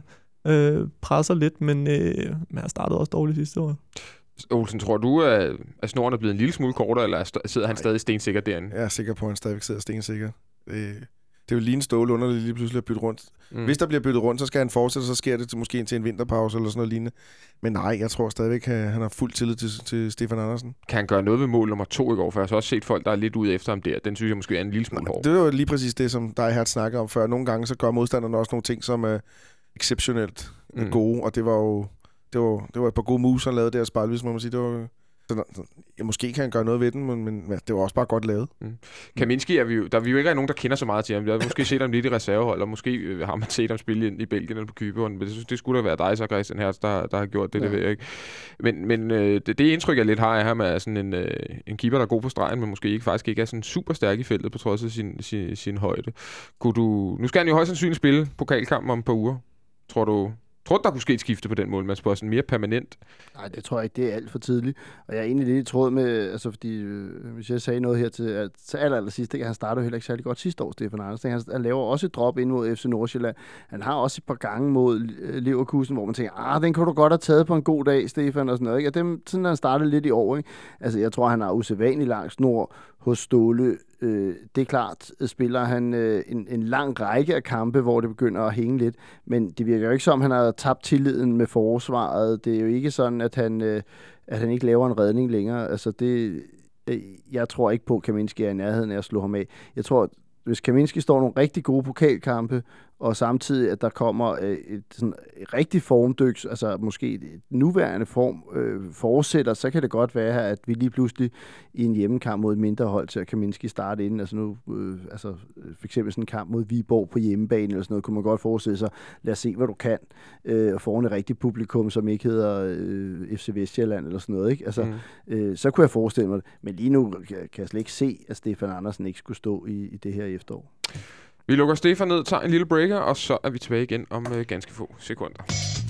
øh, presser lidt, men øh, man har startet også dårligt sidste år. Olsen, tror du, at, at snoren er blevet en lille smule kortere, eller st- sidder han stadig stensikker derinde? Jeg er sikker på, at han stadigvæk sidder stensikker. Det, det er jo lige en ståle under, det lige pludselig at bytte rundt. Mm. Hvis der bliver byttet rundt, så skal han fortsætte, så sker det til, måske til en vinterpause eller sådan noget lignende. Men nej, jeg tror stadigvæk, at han har fuld tillid til, til Stefan Andersen. Kan han gøre noget ved mål nummer to i går? For jeg har også set folk, der er lidt ude efter ham der. Den synes jeg måske er en lille smule hård. Det var jo lige præcis det, som dig har snakket om før. Nogle gange så gør modstanderne også nogle ting, som er exceptionelt mm. gode, og det var jo det var, det var et par gode moves, han lavede der spejl, hvis man må sige. Det var, så, ja, måske kan han gøre noget ved den, men, men ja, det var også bare godt lavet. Mm. Kaminski er vi jo, der er vi jo ikke nogen, der kender så meget til ham. Vi har måske set ham lidt i reservehold, og måske har man set ham spille i, i Belgien eller på Cypern, men det, synes, det skulle da være dig, så Christian Hertz, der, der har gjort det, ja. Det ved jeg ikke. Men, men øh, det, det indtryk, jeg lidt har af ham, er sådan en, øh, en keeper, der er god på stregen, men måske ikke, faktisk ikke er sådan super stærk i feltet, på trods af sin, sin, sin højde. Kunne du, nu skal han jo højst sandsynligt spille pokalkampen om et par uger. Tror du... Tror du, der kunne ske et skifte på den måde, man spørger sådan mere permanent? Nej, det tror jeg ikke. Det er alt for tidligt. Og jeg er egentlig lidt i tråd med, altså fordi, øh, hvis jeg sagde noget her til, at til aller, aller sidst, han startede jo heller ikke særlig godt sidste år, Stefan Andersen. Han, han laver også et drop ind mod F C Nordsjælland. Han har også et par gange mod Leverkusen, hvor man tænker, ah, den kunne du godt have taget på en god dag, Stefan, og sådan noget. Ikke? Og dem, sådan han startede lidt i år, ikke? Altså, jeg tror, han har usædvanligt lang snor hos Ståle. Øh, det er klart, spiller han øh, en, en lang række af kampe, hvor det begynder at hænge lidt, men det virker jo ikke som, han har tabt tilliden med forsvaret. Det er jo ikke sådan, at han, øh, at han ikke laver en redning længere. Altså det, øh, jeg tror ikke på, at Kaminski er i nærheden af at slå ham af. Jeg tror, hvis Kaminski står nogle rigtig gode pokalkampe, og samtidig, at der kommer øh, et sådan rigtig formdyks, altså måske et nuværende form øh, fortsætter, så kan det godt være, at vi lige pludselig i en hjemmekamp mod et mindre hold til at Kaminski starte inden. Altså nu, øh, altså for eksempel sådan en kamp mod Viborg på hjemmebane eller sådan noget, kunne man godt forestille sig, lad os se, hvad du kan, øh, og foran et rigtigt publikum, som ikke hedder øh, F C Vestjylland eller sådan noget, ikke? Altså, mm. øh, så kunne jeg forestille mig det. Men lige nu kan, kan jeg slet ikke se, at Stefan Andersen ikke skulle stå i, i det her efterår. Vi lukker Stefan ned, tager en lille breaker, og så er vi tilbage igen om øh, ganske få sekunder.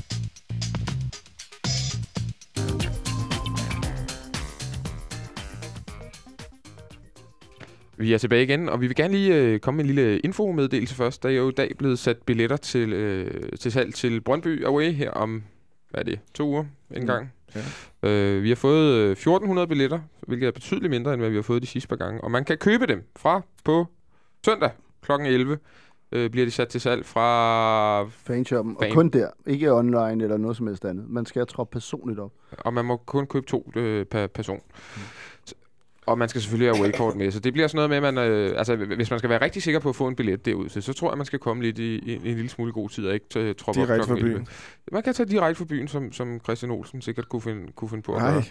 Vi er tilbage igen, og vi vil gerne lige øh, komme med en lille infomeddelelse først. Der er jo i dag blevet sat billetter til, øh, til salg til Brøndby Away her om, hvad er det, to uger en gang. Mm. Ja. Øh, vi har fået øh, fjorten hundrede billetter, hvilket er betydeligt mindre, end hvad vi har fået de sidste par gange. Og man kan købe dem fra på søndag klokken elleve. Øh, bliver de sat til salg fra fanshoppen, fan. Og kun der. Ikke online eller noget som helst andet. Man skal troppe personligt op. Og man må kun købe to øh, per person. Mm. Og man skal selvfølgelig have away-kort med, så det bliver sådan noget med, at man, øh, altså, hvis man skal være rigtig sikker på at få en billet derud, så, så tror jeg, man skal komme lidt i, i en lille smule god tid og ikke t- troppe op klokken elleve. Byen. Man kan tage direkte fra byen, som, som Christian Olsen sikkert kunne finde, kunne finde på at gøre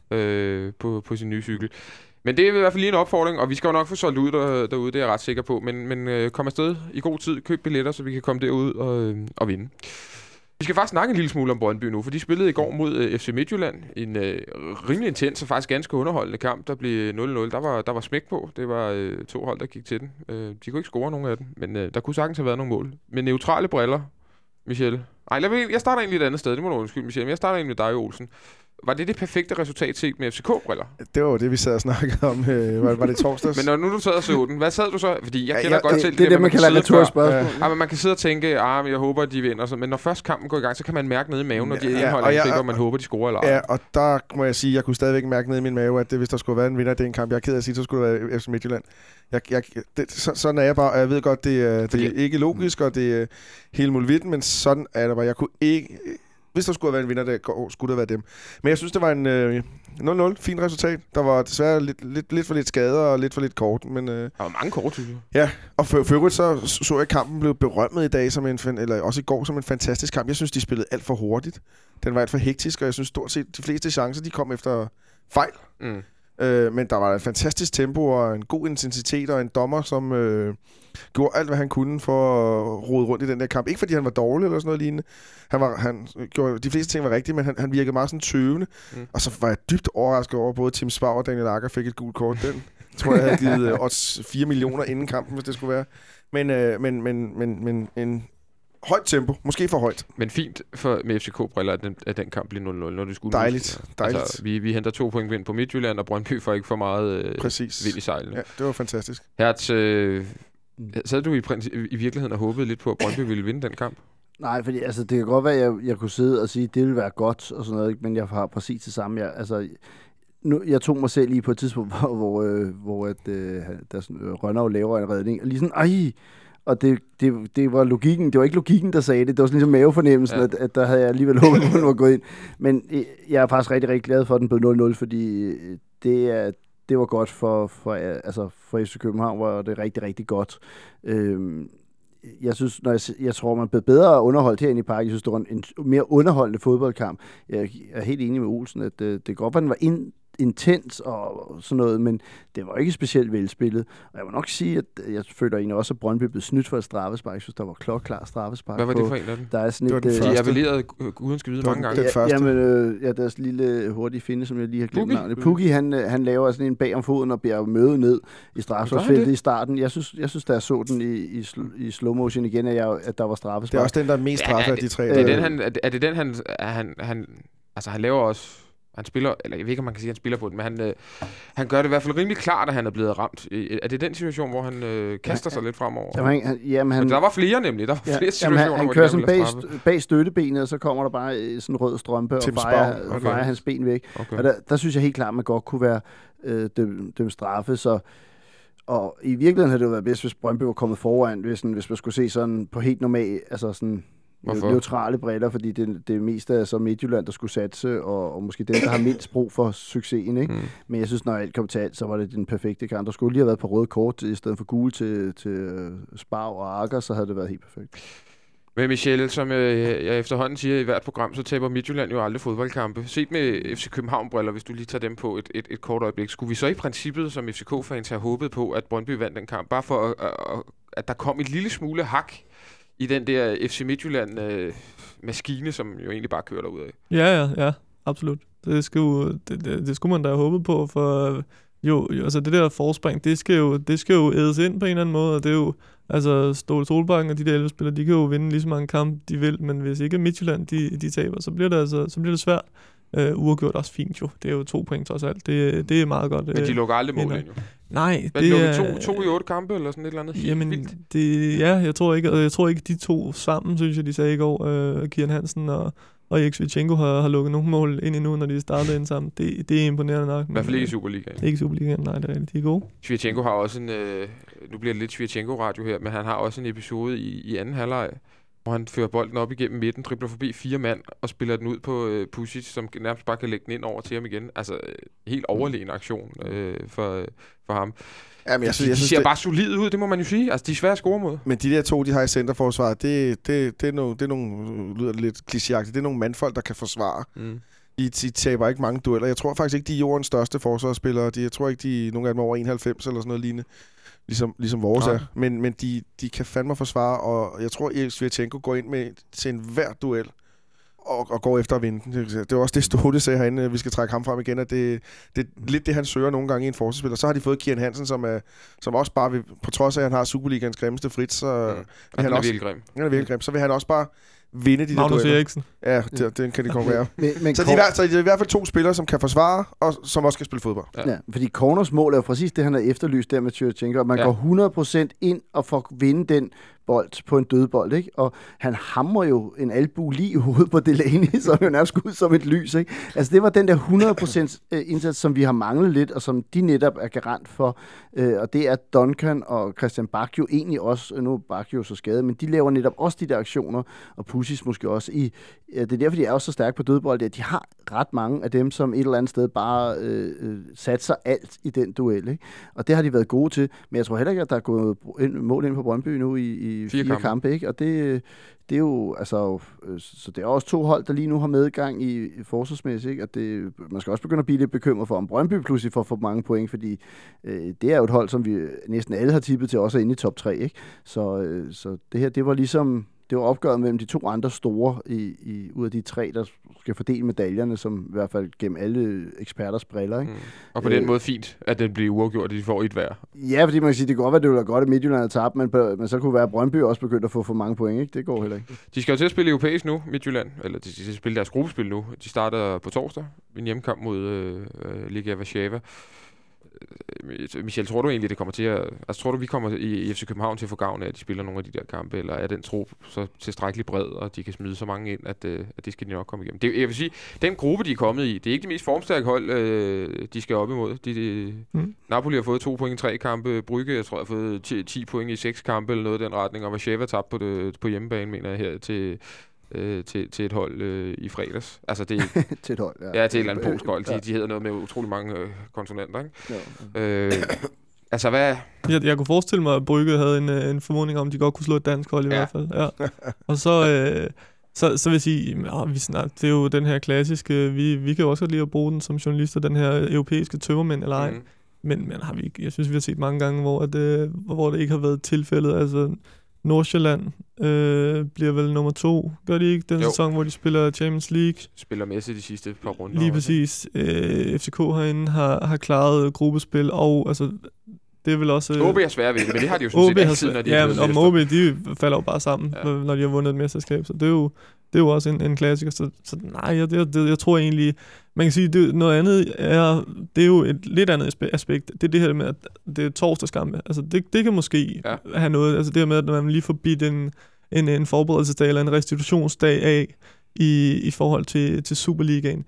øh, på, på sin nye cykel. Men det er i hvert fald lige en opfordring, og vi skal jo nok få solgt ud der, derude, det er jeg ret sikker på. Men, men øh, kom afsted i god tid, køb billetter, så vi kan komme derud og, øh, og vinde. Vi skal faktisk snakke en lille smule om Brøndby nu, for de spillede i går mod øh, F C Midtjylland. En øh, rimelig intens og faktisk ganske underholdende kamp, der blev nul nul. Der var, der var smæk på. Det var øh, to hold, der gik til den. Øh, de kunne ikke score nogen af dem, men øh, der kunne sagtens have været nogle mål. Med neutrale briller, Michel. Ej, lad mig, jeg starter egentlig et andet sted. Det må du undskylde, Michel. Men jeg starter egentlig med dig, Olsen. Var det det perfekte resultat set med F C K-briller? Det var jo det, vi sad og snakkede om. Øh, var, var det torsdags? Men når nu du sad og så den, hvad sad du så? Fordi jeg kender ja, godt det, til det. Det er det, man, man kalder returspørgsmål. Ja. Ja, man kan sidde og tænke, ah, jeg håber, at de vinder. Så, men når først kampen går i gang, så kan man mærke nede i maven, når de ja, indholder en krig, og man håber, de scorer eller ej. Ja, og der må jeg sige, at jeg kunne stadigvæk mærke nede i min mave, at det, hvis der skulle være en vinder i den kamp, jeg er ked af at sige, så skulle det være F C Midtjylland. Jeg, jeg, det, så, sådan er jeg bare, og jeg ved godt, det er, det er ikke logisk, og det er helt muligvis, men sådan er det bare. Jeg kunne ikke... Hvis der skulle have været en vinder, der skulle det være dem. Men jeg synes, det var en øh, nul nul. Fint resultat. Der var desværre lidt, lidt, lidt for lidt skader og lidt for lidt kort. Men, øh, der var mange kort, synes jeg. Ja, og for, for øvrigt så så jeg kampen blev berømmet i dag, som en, eller også i går, som en fantastisk kamp. Jeg synes, de spillede alt for hurtigt. Den var alt for hektisk, og jeg synes stort set, de fleste chancer, de kom efter fejl. Mm. Øh, men der var et fantastisk tempo og en god intensitet og en dommer, som øh, gjorde alt, hvad han kunne for at rode rundt i den der kamp. Ikke fordi han var dårlig eller sådan noget lignende. Han var, han gjorde, de fleste ting var rigtige, men han, han virkede meget sådan tøvende. Mm. Og så var jeg dybt overrasket over, at både Tim Spau og Daniel Akker fik et gult kort. Den tror jeg havde givet øh, odds fire millioner inden kampen, hvis det skulle være. Men, øh, men, men, men, men en højt tempo. Måske for højt. Men fint for, med F C K-briller, at den, at den kamp bliver nul nul, når du skulle... Dejligt. Dejligt. Altså, vi, vi henter to point vind på Midtjylland, og Brøndby får ikke for meget øh, vind i sejlene. Ja, det var fantastisk. Hertz, øh, sad du i, i virkeligheden og håbede lidt på, at Brøndby ville vinde den kamp? Nej, fordi altså, det kan godt være, at jeg, jeg kunne sidde og sige, at det ville være godt og sådan noget, men jeg har præcis det samme. Jeg, altså, nu, jeg tog mig selv lige på et tidspunkt, hvor, hvor, øh, hvor at, øh, der sådan, øh, Rønner laver en redning, og lige sådan, ej, og det, det, det var logikken, det var ikke logikken, der sagde det, det var sådan ligesom mavefornemmelsen, ja. at, at der havde jeg alligevel håbet, at den var gået ind. Men jeg er faktisk rigtig, rigtig glad for, at den blev nul nul, fordi det, er, det var godt for, for, altså for F C København, var det rigtig, rigtig godt. Øhm, Jeg synes, når jeg, jeg tror, man blev bedre underholdt herinde i parken. Jeg synes, det var en, en mere underholdende fodboldkamp. Jeg er helt enig med Olsen, at det, det godt var, den var ind, intens og sådan noget, men det var ikke specielt velspillet. Og jeg må nok sige, at jeg føler egentlig også, at Brøndby blev snydt for et straffespark. Jeg synes, der var klokklar straffespark. Hvad var på. det for en af dem? Der er sådan det et... var De appellerede uden skal vide mange gange. Den første. Jamen, øh, ja, deres lille hurtige finde, som jeg lige har glemt Pukki? navnet. Pukki, han, han laver sådan en bag om foden og bliver møde ned i straffesparksfeltet i starten. Jeg synes, jeg synes, da jeg så den i, i, sl- i slow motion igen, at, jeg, at der var straffespark. Det er også den, der er mest straffe af de tre. Er det den, han... Er det den, han... han, han altså, han laver også... Han spiller, eller jeg ved ikke, om man kan sige, at han spiller på den, men han, øh, han gør det i hvert fald rimelig klart, at han er blevet ramt. Er det den situation, hvor han øh, kaster ja, sig lidt fremover? Jamen, han, jamen, han, men der var flere nemlig. Der var ja, flere situationer, jamen, han, han kører sådan bag, st- bag støttebenet, og så kommer der bare sådan en rød strømpe Tim og fejrer, okay. fejrer hans ben væk. Okay. Og der, der synes jeg helt klart, at man godt kunne være øh, dem, dem straffe. Så, og i virkeligheden havde det jo været bedst, hvis Brøndby var kommet foran, hvis, sådan, hvis man skulle se sådan på helt normal, altså sådan... Hvorfor? Neutrale briller, fordi det, det meste er så Midtjylland, der skulle satse, og, og måske den, der har mindst brug for succesen, ikke? Mm. Men jeg synes, når alt kom til alt, så var det den perfekte kamp. Der skulle lige have været på røde kort, i stedet for gule til, til Spav og Akker, så havde det været helt perfekt. Men Michel, som øh, jeg efterhånden siger i hvert program, så taber Midtjylland jo aldrig fodboldkampe. Set med F C København-briller, hvis du lige tager dem på et, et, et kort øjeblik, skulle vi så i princippet som F C K-fans have håbet på, at Brøndby vandt den kamp, bare for at, at, at der kom et lille smule hak i den der F C Midtjylland-maskine, øh, som jo egentlig bare kører derudad. Ja, ja, ja, absolut. Det, skal jo, det, det, det skulle man da have håbet på, for jo, jo, altså det der forspring, det skal jo, det skal jo ædes ind på en eller anden måde, og det er jo, altså Ståle Solbakken og de der elleve spillere, de kan jo vinde lige så mange kampe, de vil, men hvis ikke Midtjylland, de, de taber, så bliver det altså, så bliver det svært. Uh, uafgjort også fint jo. Det er jo to point trods alt. Det, det er meget godt. Men de lukker aldrig mål ind jo. Nej, det er... To, to i otte kampe eller sådan et eller andet? Jamen, det, ja, jeg tror ikke, jeg tror ikke, de to sammen, synes jeg, de sagde i går, uh, Kian Hansen og, og Erik Sviatchenko har, har lukket nogle mål ind endnu, når de startede ind sammen. Det, det er imponerende nok. I hvert fald ikke i Superligaen. Ikke i Superligaen, nej, det er rigtigt. De er gode. Sviatchenko har også en, øh, nu bliver det lidt Sviatchenko-radio her, men han har også en episode i, i anden halvleg, hvor han fører bolden op igennem midten, dribler forbi fire mand og spiller den ud på øh, Pusic, som nærmest bare kan lægge den ind over til ham igen. Altså, øh, helt overlegen aktion øh, for, øh, for ham. Ja, men jeg synes, de, jeg synes, de ser det... bare solid ud, det må man jo sige. Altså, de er svære at score mod. Men de der to, de har i centerforsvaret, det, det, det, er nogle, det er nogle, lyder lidt klichéagtigt, det er nogle mandfolk, der kan forsvare. Mm. De, de taber ikke mange dueller. Jeg tror faktisk ikke, de er jordens største forsvarsspillere. De, jeg tror ikke, de nogle af dem er over enoghalvfems eller sådan noget lignende. Ligesom, ligesom vores ja. er. Men, men de, de kan fandme forsvare, og jeg tror, Erik Sviatchenko går ind med til en hver duel og, og går efter at vinde. Det var også det, Ståle sagde herinde, vi skal trække ham frem igen, at det, det er lidt det, han søger nogle gange i en forsvarsspiller. Så har de fået Kian Hansen, som, er, som også bare, vil, på trods af, at han har Superligans grimmeste frit, så ja. vil han, han også, virkelig grim. Han er virkelig grim. Så vil han også bare vinde de Magnus der dueller. Eriksen. Ja, det, den kan de konkurrere. men, men så, de er, så de er i hvert fald to spillere, som kan forsvare, og som også kan spille fodbold. Ja, ja fordi Corners mål er jo præcis det, han har efterlyst der med Sviatchenko, at man ja. går hundrede procent ind og får vinde den bold på en dødbold, ikke? Og han hamrer jo en albu lige i hovedet på Delaney, som jo nærmest ud som et lys, ikke? Altså det var den der hundrede procent indsats, som vi har manglet lidt, og som de netop er garant for, øh, og det er Duncan og Christian Bach jo egentlig også, nu er Bach jo så skadet, men de laver netop også de der aktioner, og Pusis måske også i, ja, det er derfor, de er også så stærke på dødbold, at de har ret mange af dem, som et eller andet sted bare øh, øh, satser alt i den duel, ikke? Og det har de været gode til, men jeg tror heller ikke, at der er gået ind, mål ind på Brøndby nu i, i fire, fire kampe, kampe, ikke? Og det, det er jo, altså, så det er også to hold, der lige nu har medgang i, i forsvarsmæssigt, ikke? Og det, man skal også begynde at blive lidt bekymret for, om Brøndby pludselig får for mange point, fordi øh, det er jo et hold, som vi næsten alle har tippet til også er inde i top tre, ikke? Så, øh, så det her, det var ligesom, det var opgøret mellem de to andre store i, i, ud af de tre, der skal fordele medaljerne, som i hvert fald gennem alle eksperters briller, ikke? Mm. Og på den øh, måde fint, at den bliver uafgjort, at de får et hver. Ja, fordi man kan sige, det kan godt være, det ville være godt, at Midtjylland havde tabt, men, men så kunne være, at Brøndby også begyndt at få for mange point, ikke? Det går heller ikke. De skal jo til at spille europæisk nu, Midtjylland, eller de skal spille deres gruppespil nu. De starter på torsdag, en hjemmekamp mod øh, Liga Warszawa. Michel, tror du egentlig, det kommer til at... Altså, tror du, vi kommer i, i F C København til at få gavn af, at de spiller nogle af de der kampe, eller er den tro så tilstrækkeligt bred, og de kan smide så mange ind, at, øh, at det skal de nok komme igennem? Det, jeg vil sige, den gruppe, de er kommet i, det er ikke de mest formstærke hold, øh, de skal op imod. De, de, mm. Napoli har fået to point i tre kampe, Brygge, jeg tror, har fået ti, ti point i seks kampe, eller noget i den retning, og Warszawa tabte på, det, på hjemmebane, mener jeg, her til... Øh, til, til et hold øh, i fredags. Altså det til et hold, ja. Ja, til et eller andet polsk hold. De, ja. de hedder noget med utrolig mange øh, konsonanter, ikke? Ja. Øh, altså, hvad... Jeg, jeg kunne forestille mig, at Brygge havde en, en formodning om, at de godt kunne slå et dansk hold i ja. hvert fald. Ja. Og så, øh, så, så vil jeg sige, ja, vi snart, det er jo den her klassiske, vi, vi kan jo også godt lide at bruge den som journalister, den her europæiske tømmermænd eller ej. Mm. Men, men har vi, jeg synes, vi har set mange gange, hvor det, hvor det ikke har været tilfældet. Altså, Nordsjælland øh, bliver vel nummer to, gør de ikke? Den jo. sæson, hvor de spiller Champions League. Spiller Messi de sidste par runder. Lige præcis. Øh, F C K herinde har, har klaret gruppespil, og altså, det er vel også... O B er svært ved det, men det har de jo sådan set altid, når de ja, er blevet mestre. Ja, og O B, de falder jo bare sammen, ja. når de har vundet et mesterskab, så det er jo, det er jo også en, en klassiker. Så, så nej, jeg, det, jeg tror egentlig... Man kan sige, det noget andet er, det er jo et lidt andet aspekt. Det er det her med, at det er torsdagskampe. Altså, det, det kan måske ja. have noget. Altså, det her med, at man lige får bidt en, en, en forberedelsesdag eller en restitutionsdag af i, i forhold til, til Superligaen.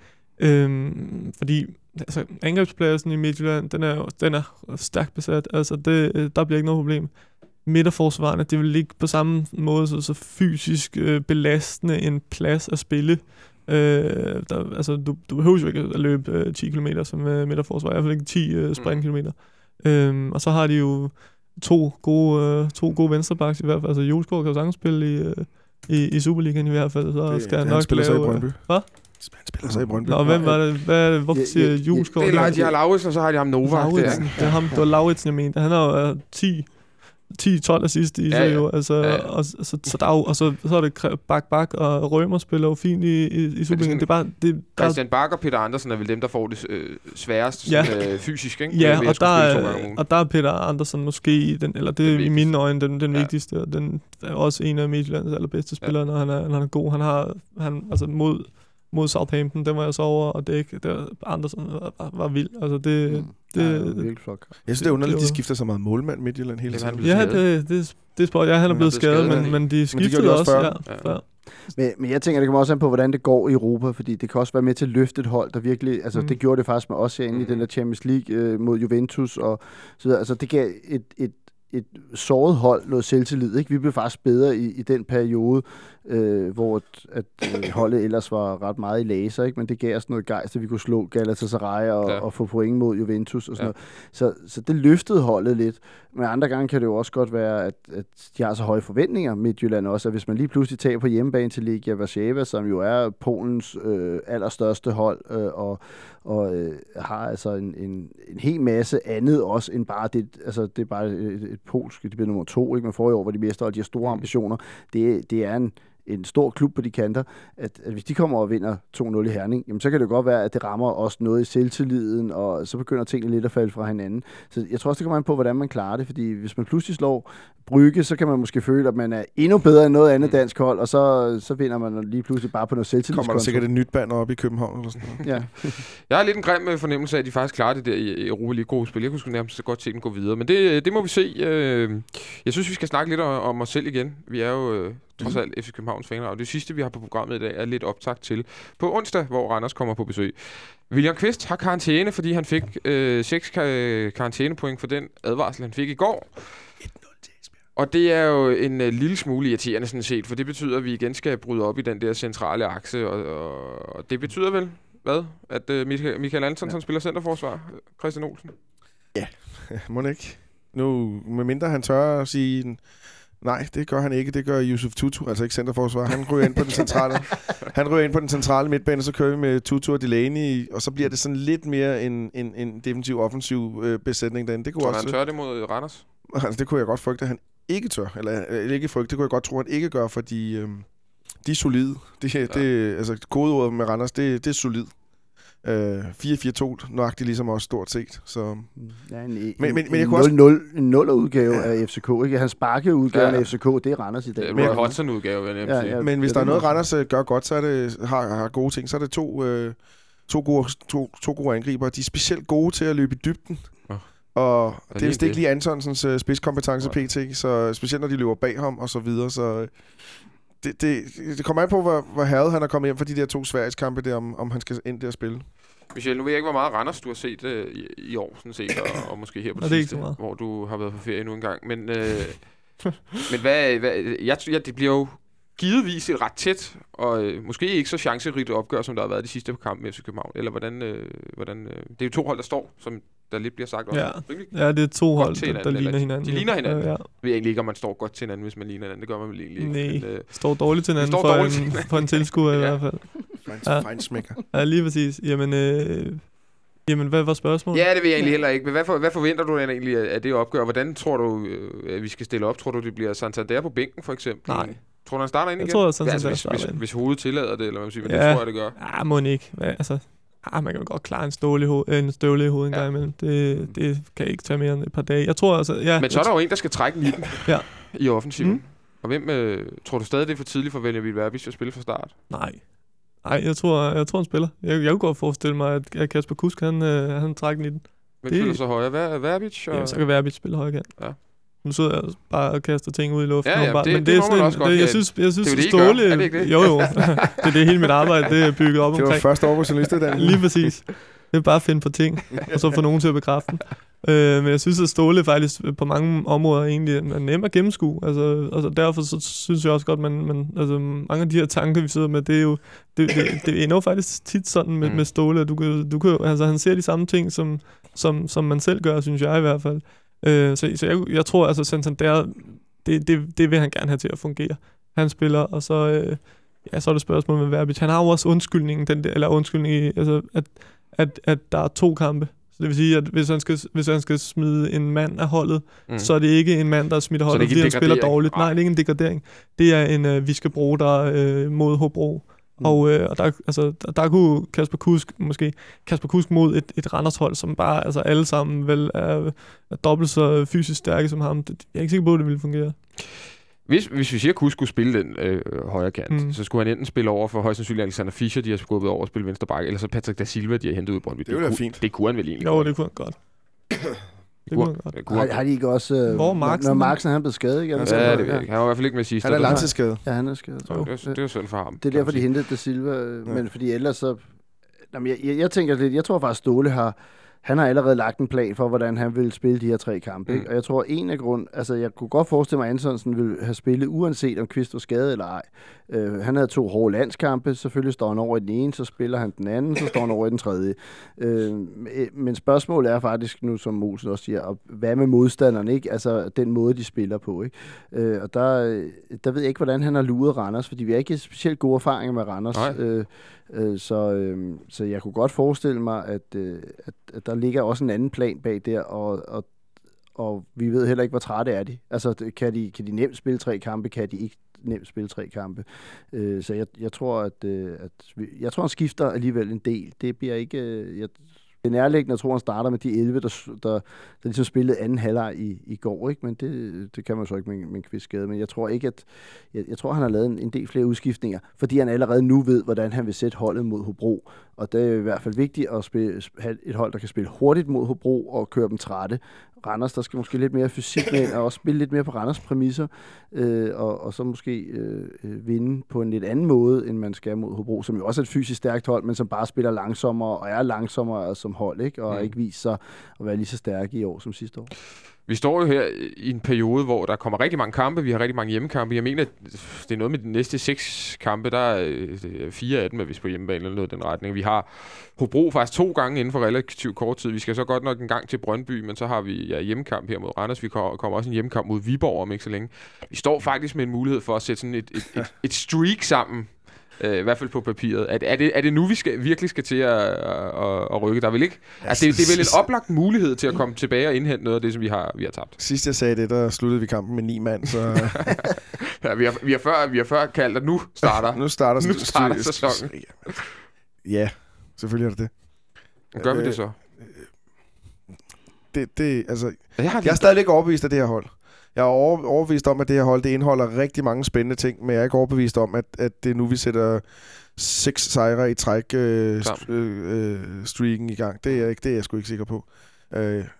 Øhm, fordi altså, angrebspladsen i Midtjylland, den er, den er stærkt besat. Altså, det, der bliver ikke noget problem. Midterforsvarerne, det vil ligge på samme måde så, så fysisk øh, belastende en plads at spille. Øh, der, altså, du, du behøver jo ikke at løbe øh, ti kilometer som øh, midterforsvar, i hvert fald ikke ti øh, sprintkilometer. Mm. Øhm, og så har de jo to gode, øh, to gode venstrebacks i hvert fald. Altså, Julesgaard kan jo sagtens spille i, øh, i, i Superligaen i hvert fald. Så det, skal han nok nok spiller lave... sig i Brøndby. Hvad? Han spiller sig i Brøndby. Nå, hvem var det? Hvad er det? Hvorfor siger Julesgaard? Det er, de har Lauritsen, og så har de ham Novak. Det er ham, det var Lauritsen, jeg mente. Han har jo uh, ti ti tolv assist i sig jo, altså, ja, ja. Og, så, så, der er jo, og så, så er det Bak Bak og Rømer spiller jo fint i, i, i Superligaen. Det er bare... Det, Christian Bak og Peter Andersen er vel dem, der får det øh, sværest ja. sådan, øh, fysisk, ikke? Ja, og der, er, og der er Peter Andersen måske, den, eller det er i mine øjne den, den ja. vigtigste, og den er også en af Midtjyllands allerbedste spillere, ja. når, han er, når han er god. Han har, han, altså mod... mod Southampton, den var jeg så over, og det ikke, det var, Andersen var, var vild. Altså det, mm. det, ja, det er virkelig flot. Jeg synes, det er underligt, de skifter så meget målmand Midtjylland hele tiden. Ja, det, det, det er sport. Ja, han er blevet skadet, men, men de skiftede men de også. også ja, ja. Men, men jeg tænker, det kommer også an på, hvordan det går i Europa, fordi det kan også være med til at løfte et hold, der virkelig, altså mm. det gjorde det faktisk med os herinde mm. i den der Champions League øh, mod Juventus og så videre. Altså det gav et, et et såret hold noget selvtillid, ikke? Vi blev faktisk bedre i, i den periode, øh, hvor at, at holdet ellers var ret meget i laser, ikke? Men det gav os noget gejst, at vi kunne slå Galatasaray og, ja. og få point mod Juventus og sådan ja. noget. Så, så det løftede holdet lidt. Men andre gange kan det jo også godt være, at, at de har så høje forventninger, Midtjylland også, at hvis man lige pludselig tager på hjemmebane til Legia Warszawa, som jo er Polens øh, allerstørste hold, øh, og, og øh, har altså en, en, en hel masse andet også, end bare det, altså det er bare et, et polsk, det bliver nummer to, ikke? Men forrige år var de mestre, og de har store ambitioner. Det, det er en en stor klub på de kanter, at, at hvis de kommer og vinder to nul i Herning, jamen så kan det godt være, at det rammer også noget i selvtilliden, og så begynder tingene lidt at falde fra hinanden. Så jeg tror også, det kommer an på, hvordan man klarer det, fordi hvis man pludselig slår Brygge, så kan man måske føle, at man er endnu bedre end noget andet dansk hold, og så, så vinder man lige pludselig bare på noget selvtillidskonto. Kommer der sikkert et nyt banner op i København eller sådan noget. Ja. Jeg har lidt en grim fornemmelse af, at de faktisk klarer det der i Europa League-gruppespil. Jeg kunne sgu nærmest så godt se den gå videre, men det, det må vi se. Jeg synes, vi skal snakke lidt om os selv igen. Vi er jo trods alt F C Københavns faner, og det sidste, vi har på programmet i dag, er lidt optakt til på onsdag, hvor Randers kommer på besøg. William Kvist har karantæne, fordi han fik øh, seks kar- karantænepoint for den advarsel, han fik i går. Og det er jo en uh, lille smule irriterende sådan set, for det betyder, at vi igen skal bryde op i den der centrale akse, og, og, og det betyder vel, hvad? At uh, Michael, Michael Antonsen ja. spiller centerforsvar, Christian Olsen? Ja, må ikke. Nu, medmindre han tør at sige... Nej, det gør han ikke. Det gør Yusuf Tutu, altså ikke centerforsvar. Han ryger ind på den centrale. Han ryger ind på den centrale midtbane, så kører vi med Tutu og Delaney, og så bliver det sådan lidt mere en, en, en defensiv offensiv øh, besætning derinde. Det kunne så også, han tør det mod Randers? Altså, det kunne jeg godt frygte, at han ikke tør. Eller, eller ikke frygte, det kunne jeg godt tro, at han ikke gør, fordi øh, de er solide. Det, ja. det, altså, kodeordet med Randers, det, det er solid. Uh, fire fire to, nøjagtigt ligesom også stort set. Så. Ja, en, en, men, men, men en, en, nul, en nul-udgave ja. af F C K. Ikke? Hans sparkeudgave ja. af F C K, det er Randers i dag. Det er en Hodgson-udgave, vil jeg ja, ja, Men hvis der er noget, Randers uh, gør godt, så er det, har, har gode ting, så er det to, uh, to, gode, to, to gode angriber. De er specielt gode til at løbe i dybden. Oh. Og det er lige vist ikke det. lige Antonsens uh, spidskompetence Nej. P T, så specielt når de løber bag ham og så videre, så det, det, det kommer an på, hvor, hvor herred han er kommet hjem for de der to Sveriges-kampe der, om, om han skal ind der og spille. Michel, nu ved jeg ikke, hvor meget Randers du har set øh, i, i år, sådan set, og, og måske her på Nå, det det er ikke sidste, så meget. hvor du har været på ferie nu engang. Men, øh, men hvad, hvad jeg, jeg, det bliver jo givetvis et ret tæt, og øh, måske ikke så chancerigt opgør, som der har været de sidste kampe med F C København. Eller hvordan, øh, hvordan øh, det er jo to hold, der står, som der lidt bliver sagt også. Ja. Rimelig Ja, det er to godt hold, til der, der hinanden, ligner eller- hinanden. de ligner hinanden. Ja, ja. Jeg ved egentlig ikke, om man står godt til hinanden, hvis man ligner hinanden. Det gør man vel egentlig ikke. Nej, Men, øh, står dårligt til hinanden står for, dårligt til en, hinanden. for en tilskuer i Ja. hvert fald. Ja. Ja. Fejnsmækker. Ja, lige præcis. Jamen, øh, jamen hvad var spørgsmålet? ja, det ved jeg egentlig heller ikke. Men hvad, for, hvad forventer du egentlig af- af det opgør? Hvordan tror du, øh, at vi skal stille op? Tror du, det bliver Santander på bænken, for eksempel? Nej. Tror du, han starter ind Jeg igen? tror, at Santander altså, hvis, starter hvis, ind. hvis hovedet tillader det, eller hvad man siger. Men Ja. det tror jeg, det gør. Ja, må ikke. Hvad, altså, ah, man kan jo godt klare en, ståle i hoved, en støvle i hovedet en Ja. gang imellem. Det, det kan ikke tage mere end et par dage. Jeg tror altså... Ja, Men så er der jo en, der skal trække nitten Ja. i offensiven. Mm. Og hvem øh, tror du stadig, det er for tidligt for Benjamin Verbis til at spille fra start? Nej. Nej, jeg tror, jeg tror han spiller. Jeg, jeg kunne godt forestille mig, at at Kasper Kusk, han, øh, han trækker den i den. Hvem Det- spiller så højre? Ver- Verbis? Og... Ja, så kan Verbit spille højre kant. Ja. Nu sidder jeg bare og kaster ting ud i luften. Ja, ja, åbenbart. det- men det er må man sådan, også godt, det, ja. jeg synes, jeg synes, Det er jo det, I gør. Ståle... Er det ikke det? Jo, jo. det er det hele mit arbejde, det er bygget op Det var omkring. første år på journalistuddannelsen. Lige præcis. Det er bare at finde på ting, og så få nogen til at bekræfte dem. Øh, men jeg synes, at Ståle faktisk på mange områder egentlig er nem at gennemskue. Altså, altså derfor så synes jeg også godt, man, man altså mange af de her tanker, vi sidder med, det er jo det, det, det ender jo faktisk tit sådan med, Mm. med Ståle. at Du kan, du kan, altså, han ser de samme ting, som, som, som man selv gør, synes jeg i hvert fald. Øh, så så jeg, jeg tror, altså Santander, det, det, det vil han gerne have til at fungere. Han spiller, og så... Øh, ja, så er det spørgsmål med Verbit. Han har jo også undskyldningen, den der, eller undskyldning i, altså, at, at, at der er to kampe. Så det vil sige, at hvis han skal, hvis han skal smide en mand af holdet, Mm. mm. så er det ikke en mand, der smider Så det er holdet, ikke fordi en han spiller degradering? dårligt. Nej, Nej. det er ikke en degradering. Det er en, øh, vi skal bruge der øh, mod Hobro. Mm. Og, øh, og der, altså, der, der kunne Kasper Kusk måske Kasper Kusk mod et, et Randershold, som bare altså alle sammen vel er, er dobbelt så fysisk stærke som ham. Det, jeg er ikke sikker på, at det ville fungere. Hvis, hvis vi siger, at Kusk skulle spille den øh, højre kant, mm. Mm. så skulle han enten spille over for højst sandsynligt Alexander Fischer, de har skubbet over og spille venstre bakke, eller så Patrick da Silva, de har hentet ud i Brøndby. Det ville være kunne, fint. Det kunne han vel egentlig Jo, godt. det kunne han godt. Det kunne kunne han godt. Det kunne Har, han har de ikke også... Øh, Hvor er når- Marksen? Når Marksen han blev skadet, ikke? Ja, Ja, det ved jeg ikke. Han var i hvert fald ikke med sidst. Han er og det- langtidsskadet. Ja, han er skadet. Så det, var- det var synd for ham. Det er derfor, de hentede Da Silva. øh, Ja. Men fordi ellers så... Jamen, jeg, jeg, jeg tænker lidt... Jeg tror faktisk, Ståle har... Han har allerede lagt en plan for, hvordan han vil spille de her tre kampe. Mm. Ikke? Og jeg tror, en af grund... Altså, jeg kunne godt forestille mig, at Antonsen ville have spillet, uanset om Kvist var skadet eller ej. Uh, han havde to hårde landskampe. Selvfølgelig står han over i den ene, så spiller han den anden, så står han over i den tredje. Uh, men spørgsmålet er faktisk nu, som Olsen også siger, og hvad med modstanderne, ikke? Altså, den måde, de spiller på, ikke? Uh, og der, der ved jeg ikke, hvordan han har luret Randers, fordi vi har ikke specielt gode erfaringer med Randers. Nej. Uh, uh, så, uh, så jeg kunne godt forestille mig, at, uh, at, at der ligger også en anden plan bag der, og, og, og vi ved heller ikke, hvor trætte er de. Altså, det- kan de, kan de nemt spille tre kampe, kan de ikke nemt spille tre kampe. Uh, så jeg, jeg tror, at, uh, at vi, jeg tror, han skifter alligevel en del. Det bliver ikke... Uh, jeg, det er nærliggende at tro, at han starter med de elleve, der, s- der, der ligesom spillede anden halvleg i, i går, ikke? Men det, det kan man så ikke med, med en kvistskade. Men jeg tror ikke, at... Jeg, jeg tror, han har lavet en, en del flere udskiftninger, fordi han allerede nu ved, hvordan han vil sætte holdet mod Hobro. Og det er i hvert fald vigtigt at spille, have et hold, der kan spille hurtigt mod Hobro og køre dem trætte. Randers, der skal måske lidt mere fysik med ind, og også spille lidt mere på Randers præmisser, øh, og, og så måske øh, øh, vinde på en lidt anden måde, end man skal mod Hobro, som jo også er et fysisk stærkt hold, men som bare spiller langsommere, og er langsommere som hold, ikke? Og Mm. mm. ikke viser sig at være lige så stærke i år som sidste år. Vi står jo her i en periode, hvor der kommer rigtig mange kampe. Vi har rigtig mange hjemmekampe. Jeg mener, at det er noget med de næste seks kampe. Der er øh, fire af dem, er vist på hjemmebane eller noget i den retning. Vi har Hobro faktisk to gange inden for relativt kort tid. Vi skal så godt nok en gang til Brøndby, men så har vi ja, hjemmekamp her mod Randers. Vi kommer kommer også en hjemmekamp mod Viborg om ikke så længe. Vi står faktisk med en mulighed for at sætte sådan et, et, et, et streak sammen. Uh, I hvert fald på papiret. Er, er, det, er det nu, vi skal, virkelig skal til at, at, at rykke? Der er vel ikke... Altså, det, det er vel en oplagt mulighed til at komme tilbage og indhente noget af det, som vi har, vi har tabt. Sidst jeg sagde det, der sluttede vi kampen med ni mand, så Ja, vi, har, vi, har før, vi har før kaldt, at nu starter. nu starter, Nu starter sæsonen. Ja, selvfølgelig er det det. Nu gør vi det så. det, det altså, Jeg har jeg er stadig ikke overbevist af det her hold. Jeg er over, overbevist om, at det her hold det indeholder rigtig mange spændende ting, men jeg er ikke overbevist om, at, at det er nu, vi sætter seks sejre i træk øh, st- øh, øh, streaken i gang. Det er jeg, ikke, det er jeg sgu ikke sikker på. Øh,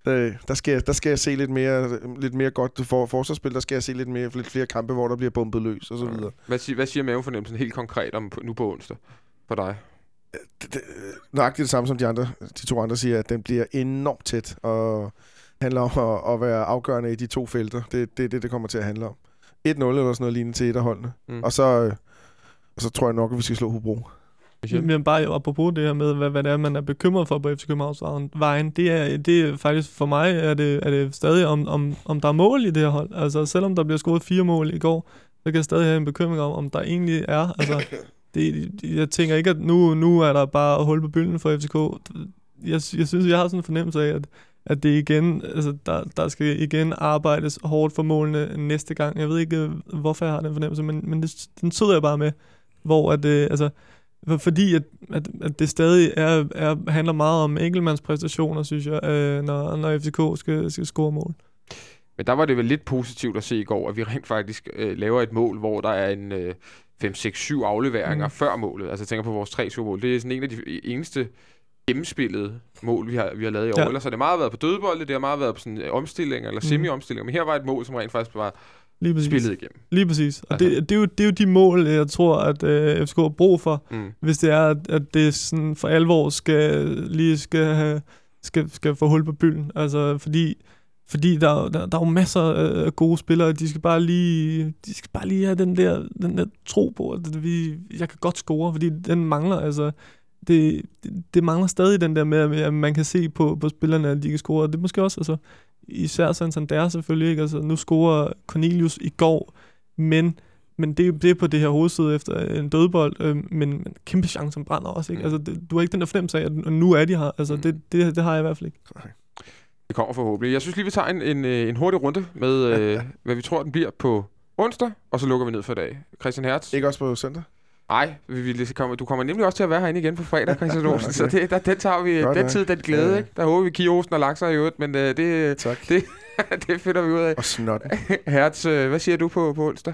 Der, der, skal, der skal jeg se lidt mere, lidt mere godt for, forsvarsspil. Der skal jeg se lidt, mere, lidt flere kampe, hvor der bliver bumpet løs og så videre. Hvad siger, hvad siger mavefornemmelsen helt konkret om nu på onsdag for dig? Det, det, nøjagtigt det samme som de, andre, de to andre siger, at den bliver enormt tæt og handler om at, at være afgørende i de to felter. Det er det, det, det kommer til at handle om. et nul eller sådan noget lignende til et af holdene. Mm. Og, så, og så tror jeg nok, at vi skal slå Hobro. Men bare apropos det her med, hvad, hvad det er, man er bekymret for på F C Københavns vejen, det er, det er faktisk for mig, er det, er det stadig, om, om, om der er mål i det her hold. Altså, selvom der bliver scoret fire mål i går, så kan jeg stadig have en bekymring om, om der egentlig er. Altså, det, jeg tænker ikke, at nu, nu er der bare hul på bylden for F C K. Jeg, jeg synes, jeg har sådan en fornemmelse af, at, at det igen, altså, der, der skal igen arbejdes hårdt for målene næste gang. Jeg ved ikke, hvorfor jeg har den fornemmelse, men, men det, den sidder jeg bare med, hvor at, altså, fordi at, at, at det stadig er, er, handler meget om enkeltmandspræstationer, synes jeg, øh, når, når F C K skal, skal score mål. Men der var det vel lidt positivt at se i går, at vi rent faktisk øh, laver et mål, hvor der er en øh, fem, seks, syv afleveringer mm. før målet. Altså jeg tænker på vores tre syv mål. Det er sådan en af de eneste gennemspillede mål, vi har, vi har lavet i år. Ja. Ellers har det meget været på dødbolde, det har meget været på sådan øh, omstillinger eller semi-omstillinger. Men her var et mål, som rent faktisk var spillet igennem. Lige præcis. Og altså. det, det, er jo, det er jo de mål, jeg tror, at øh, F C K har brug for, mm. hvis det er, at, at det sådan for alvor skal lige skal, have, skal, skal få hul på bylden. Altså, fordi, fordi der, der, der er jo masser af gode spillere, de skal bare lige, de skal bare lige have den der, den der tro på, at vi, jeg kan godt score, fordi den mangler. Altså, det, det, det mangler stadig den der med, at man kan se på, på spillerne, at de kan score. Det er måske også, altså, især Santander selvfølgelig ikke. Altså, nu scorer Cornelius i går, men, men det, det er på det her hovedside efter en dødbold, øh, men, men kæmpe chance, som brænder også. Ikke? Mm. Altså, det, du har ikke den der fornemmelse af, at nu er de her. Altså, mm. det, det, det har jeg i hvert fald ikke. Okay. Det kommer forhåbentlig. Jeg synes lige, vi tager en, en, en hurtig runde med, øh, hvad vi tror, den bliver på onsdag, og så lukker vi ned for i dag. Christian Hertz. Ikke også på søndag? Nej, vi, vi, du kommer nemlig også til at være herinde igen på fredag, Christian Olsen. Okay. Så det, der, den tager vi, godt, den tid, den glæde, ja. Ikke? Der håber vi, Kiosen og lakser i øvrigt, men uh, det, det, det finder vi ud af. Og snotten. Hertz, uh, hvad siger du på, på onsdag?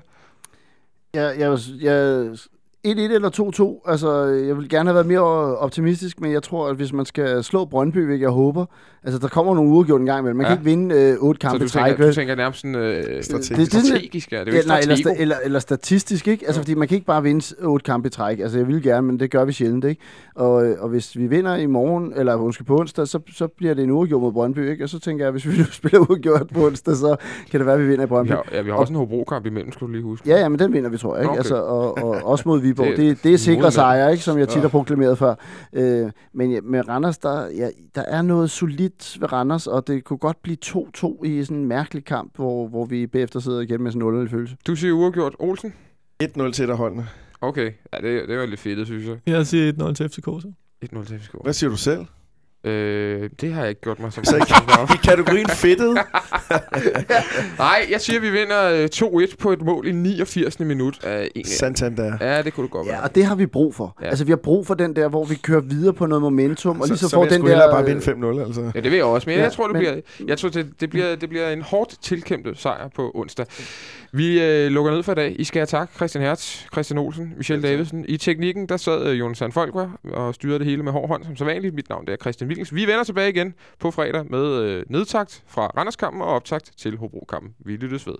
Jeg, jeg, jeg, et et eller to to. Altså, jeg vil gerne have været mere optimistisk, men jeg tror, at hvis man skal slå Brøndby, hvilket jeg håber, altså, der kommer nogle uger gjort en gang imellem. Man ja. kan ikke vinde øh, otte kampe træk. Så du, du tænker nærmest sådan, øh, strategisk? Det, det, strategisk, ja. Det er jo ja, nej, eller, sta- eller, eller statistisk, ikke? Altså, jo. Fordi man kan ikke bare vinde otte kampe træk. Altså, jeg vil gerne, men det gør vi sjældent, ikke? Og, og hvis vi vinder i morgen, eller måske på onsdag, så, så bliver det en uafgjort mod Brøndby, ikke? Og så tænker jeg, hvis vi spiller uafgjort på onsdag, så kan det være, at vi vinder i Brøndby. Ja, ja vi har og, også en Hobro-kamp imellem, skulle du lige huske. Ja, ja, men den vinder vi, tror jeg, ikke? Okay. Altså, og, og også mod Viborg. det, det, det er sikre sejre, ikke? Som jeg tit har proklameret før. Øh, men ja, med Randers, der, ja, der er noget solidt ved Randers, og det kunne godt blive to to i sådan en mærkelig kamp, hvor, hvor vi bagefter sidder igen med sådan en underlig følelse. Du siger uafgjort, Olsen? et nul til holdene. Okay, ja, det, det var lidt fedt, synes jeg. Jeg siger et nul til F C K, så. et nul til F C K. Hvad siger du selv? Øh, det har jeg ikke gjort mig som så i, i kategorien fedtet. Nej, jeg siger, at vi vinder to et på et mål i niogfirsende minut. Uh, Santander. Ja, det kunne du godt være. Ja, og det har vi brug for. Ja. Altså, vi har brug for den der, hvor vi kører videre på noget momentum, og lige så, så får den der... Så bare vinde fem nul, altså. Ja, det vil jeg også, men ja, jeg tror, det men... bliver, jeg tror det, det, bliver, det bliver en hårdt tilkæmpet sejr på onsdag. Vi øh, lukker ned for i dag. I skal have tak, Christian Hertz, Christian Olsen, Michelle Davidsen. I teknikken, der sad øh, Jonas Folker og styrede det hele med hård hånd, som så vanligt. Mit navn det er Christian Wilkens. Vi vender tilbage igen på fredag med øh, nedtakt fra Randerskampen og optakt til Hobro-kampen. Vi lyttes ved.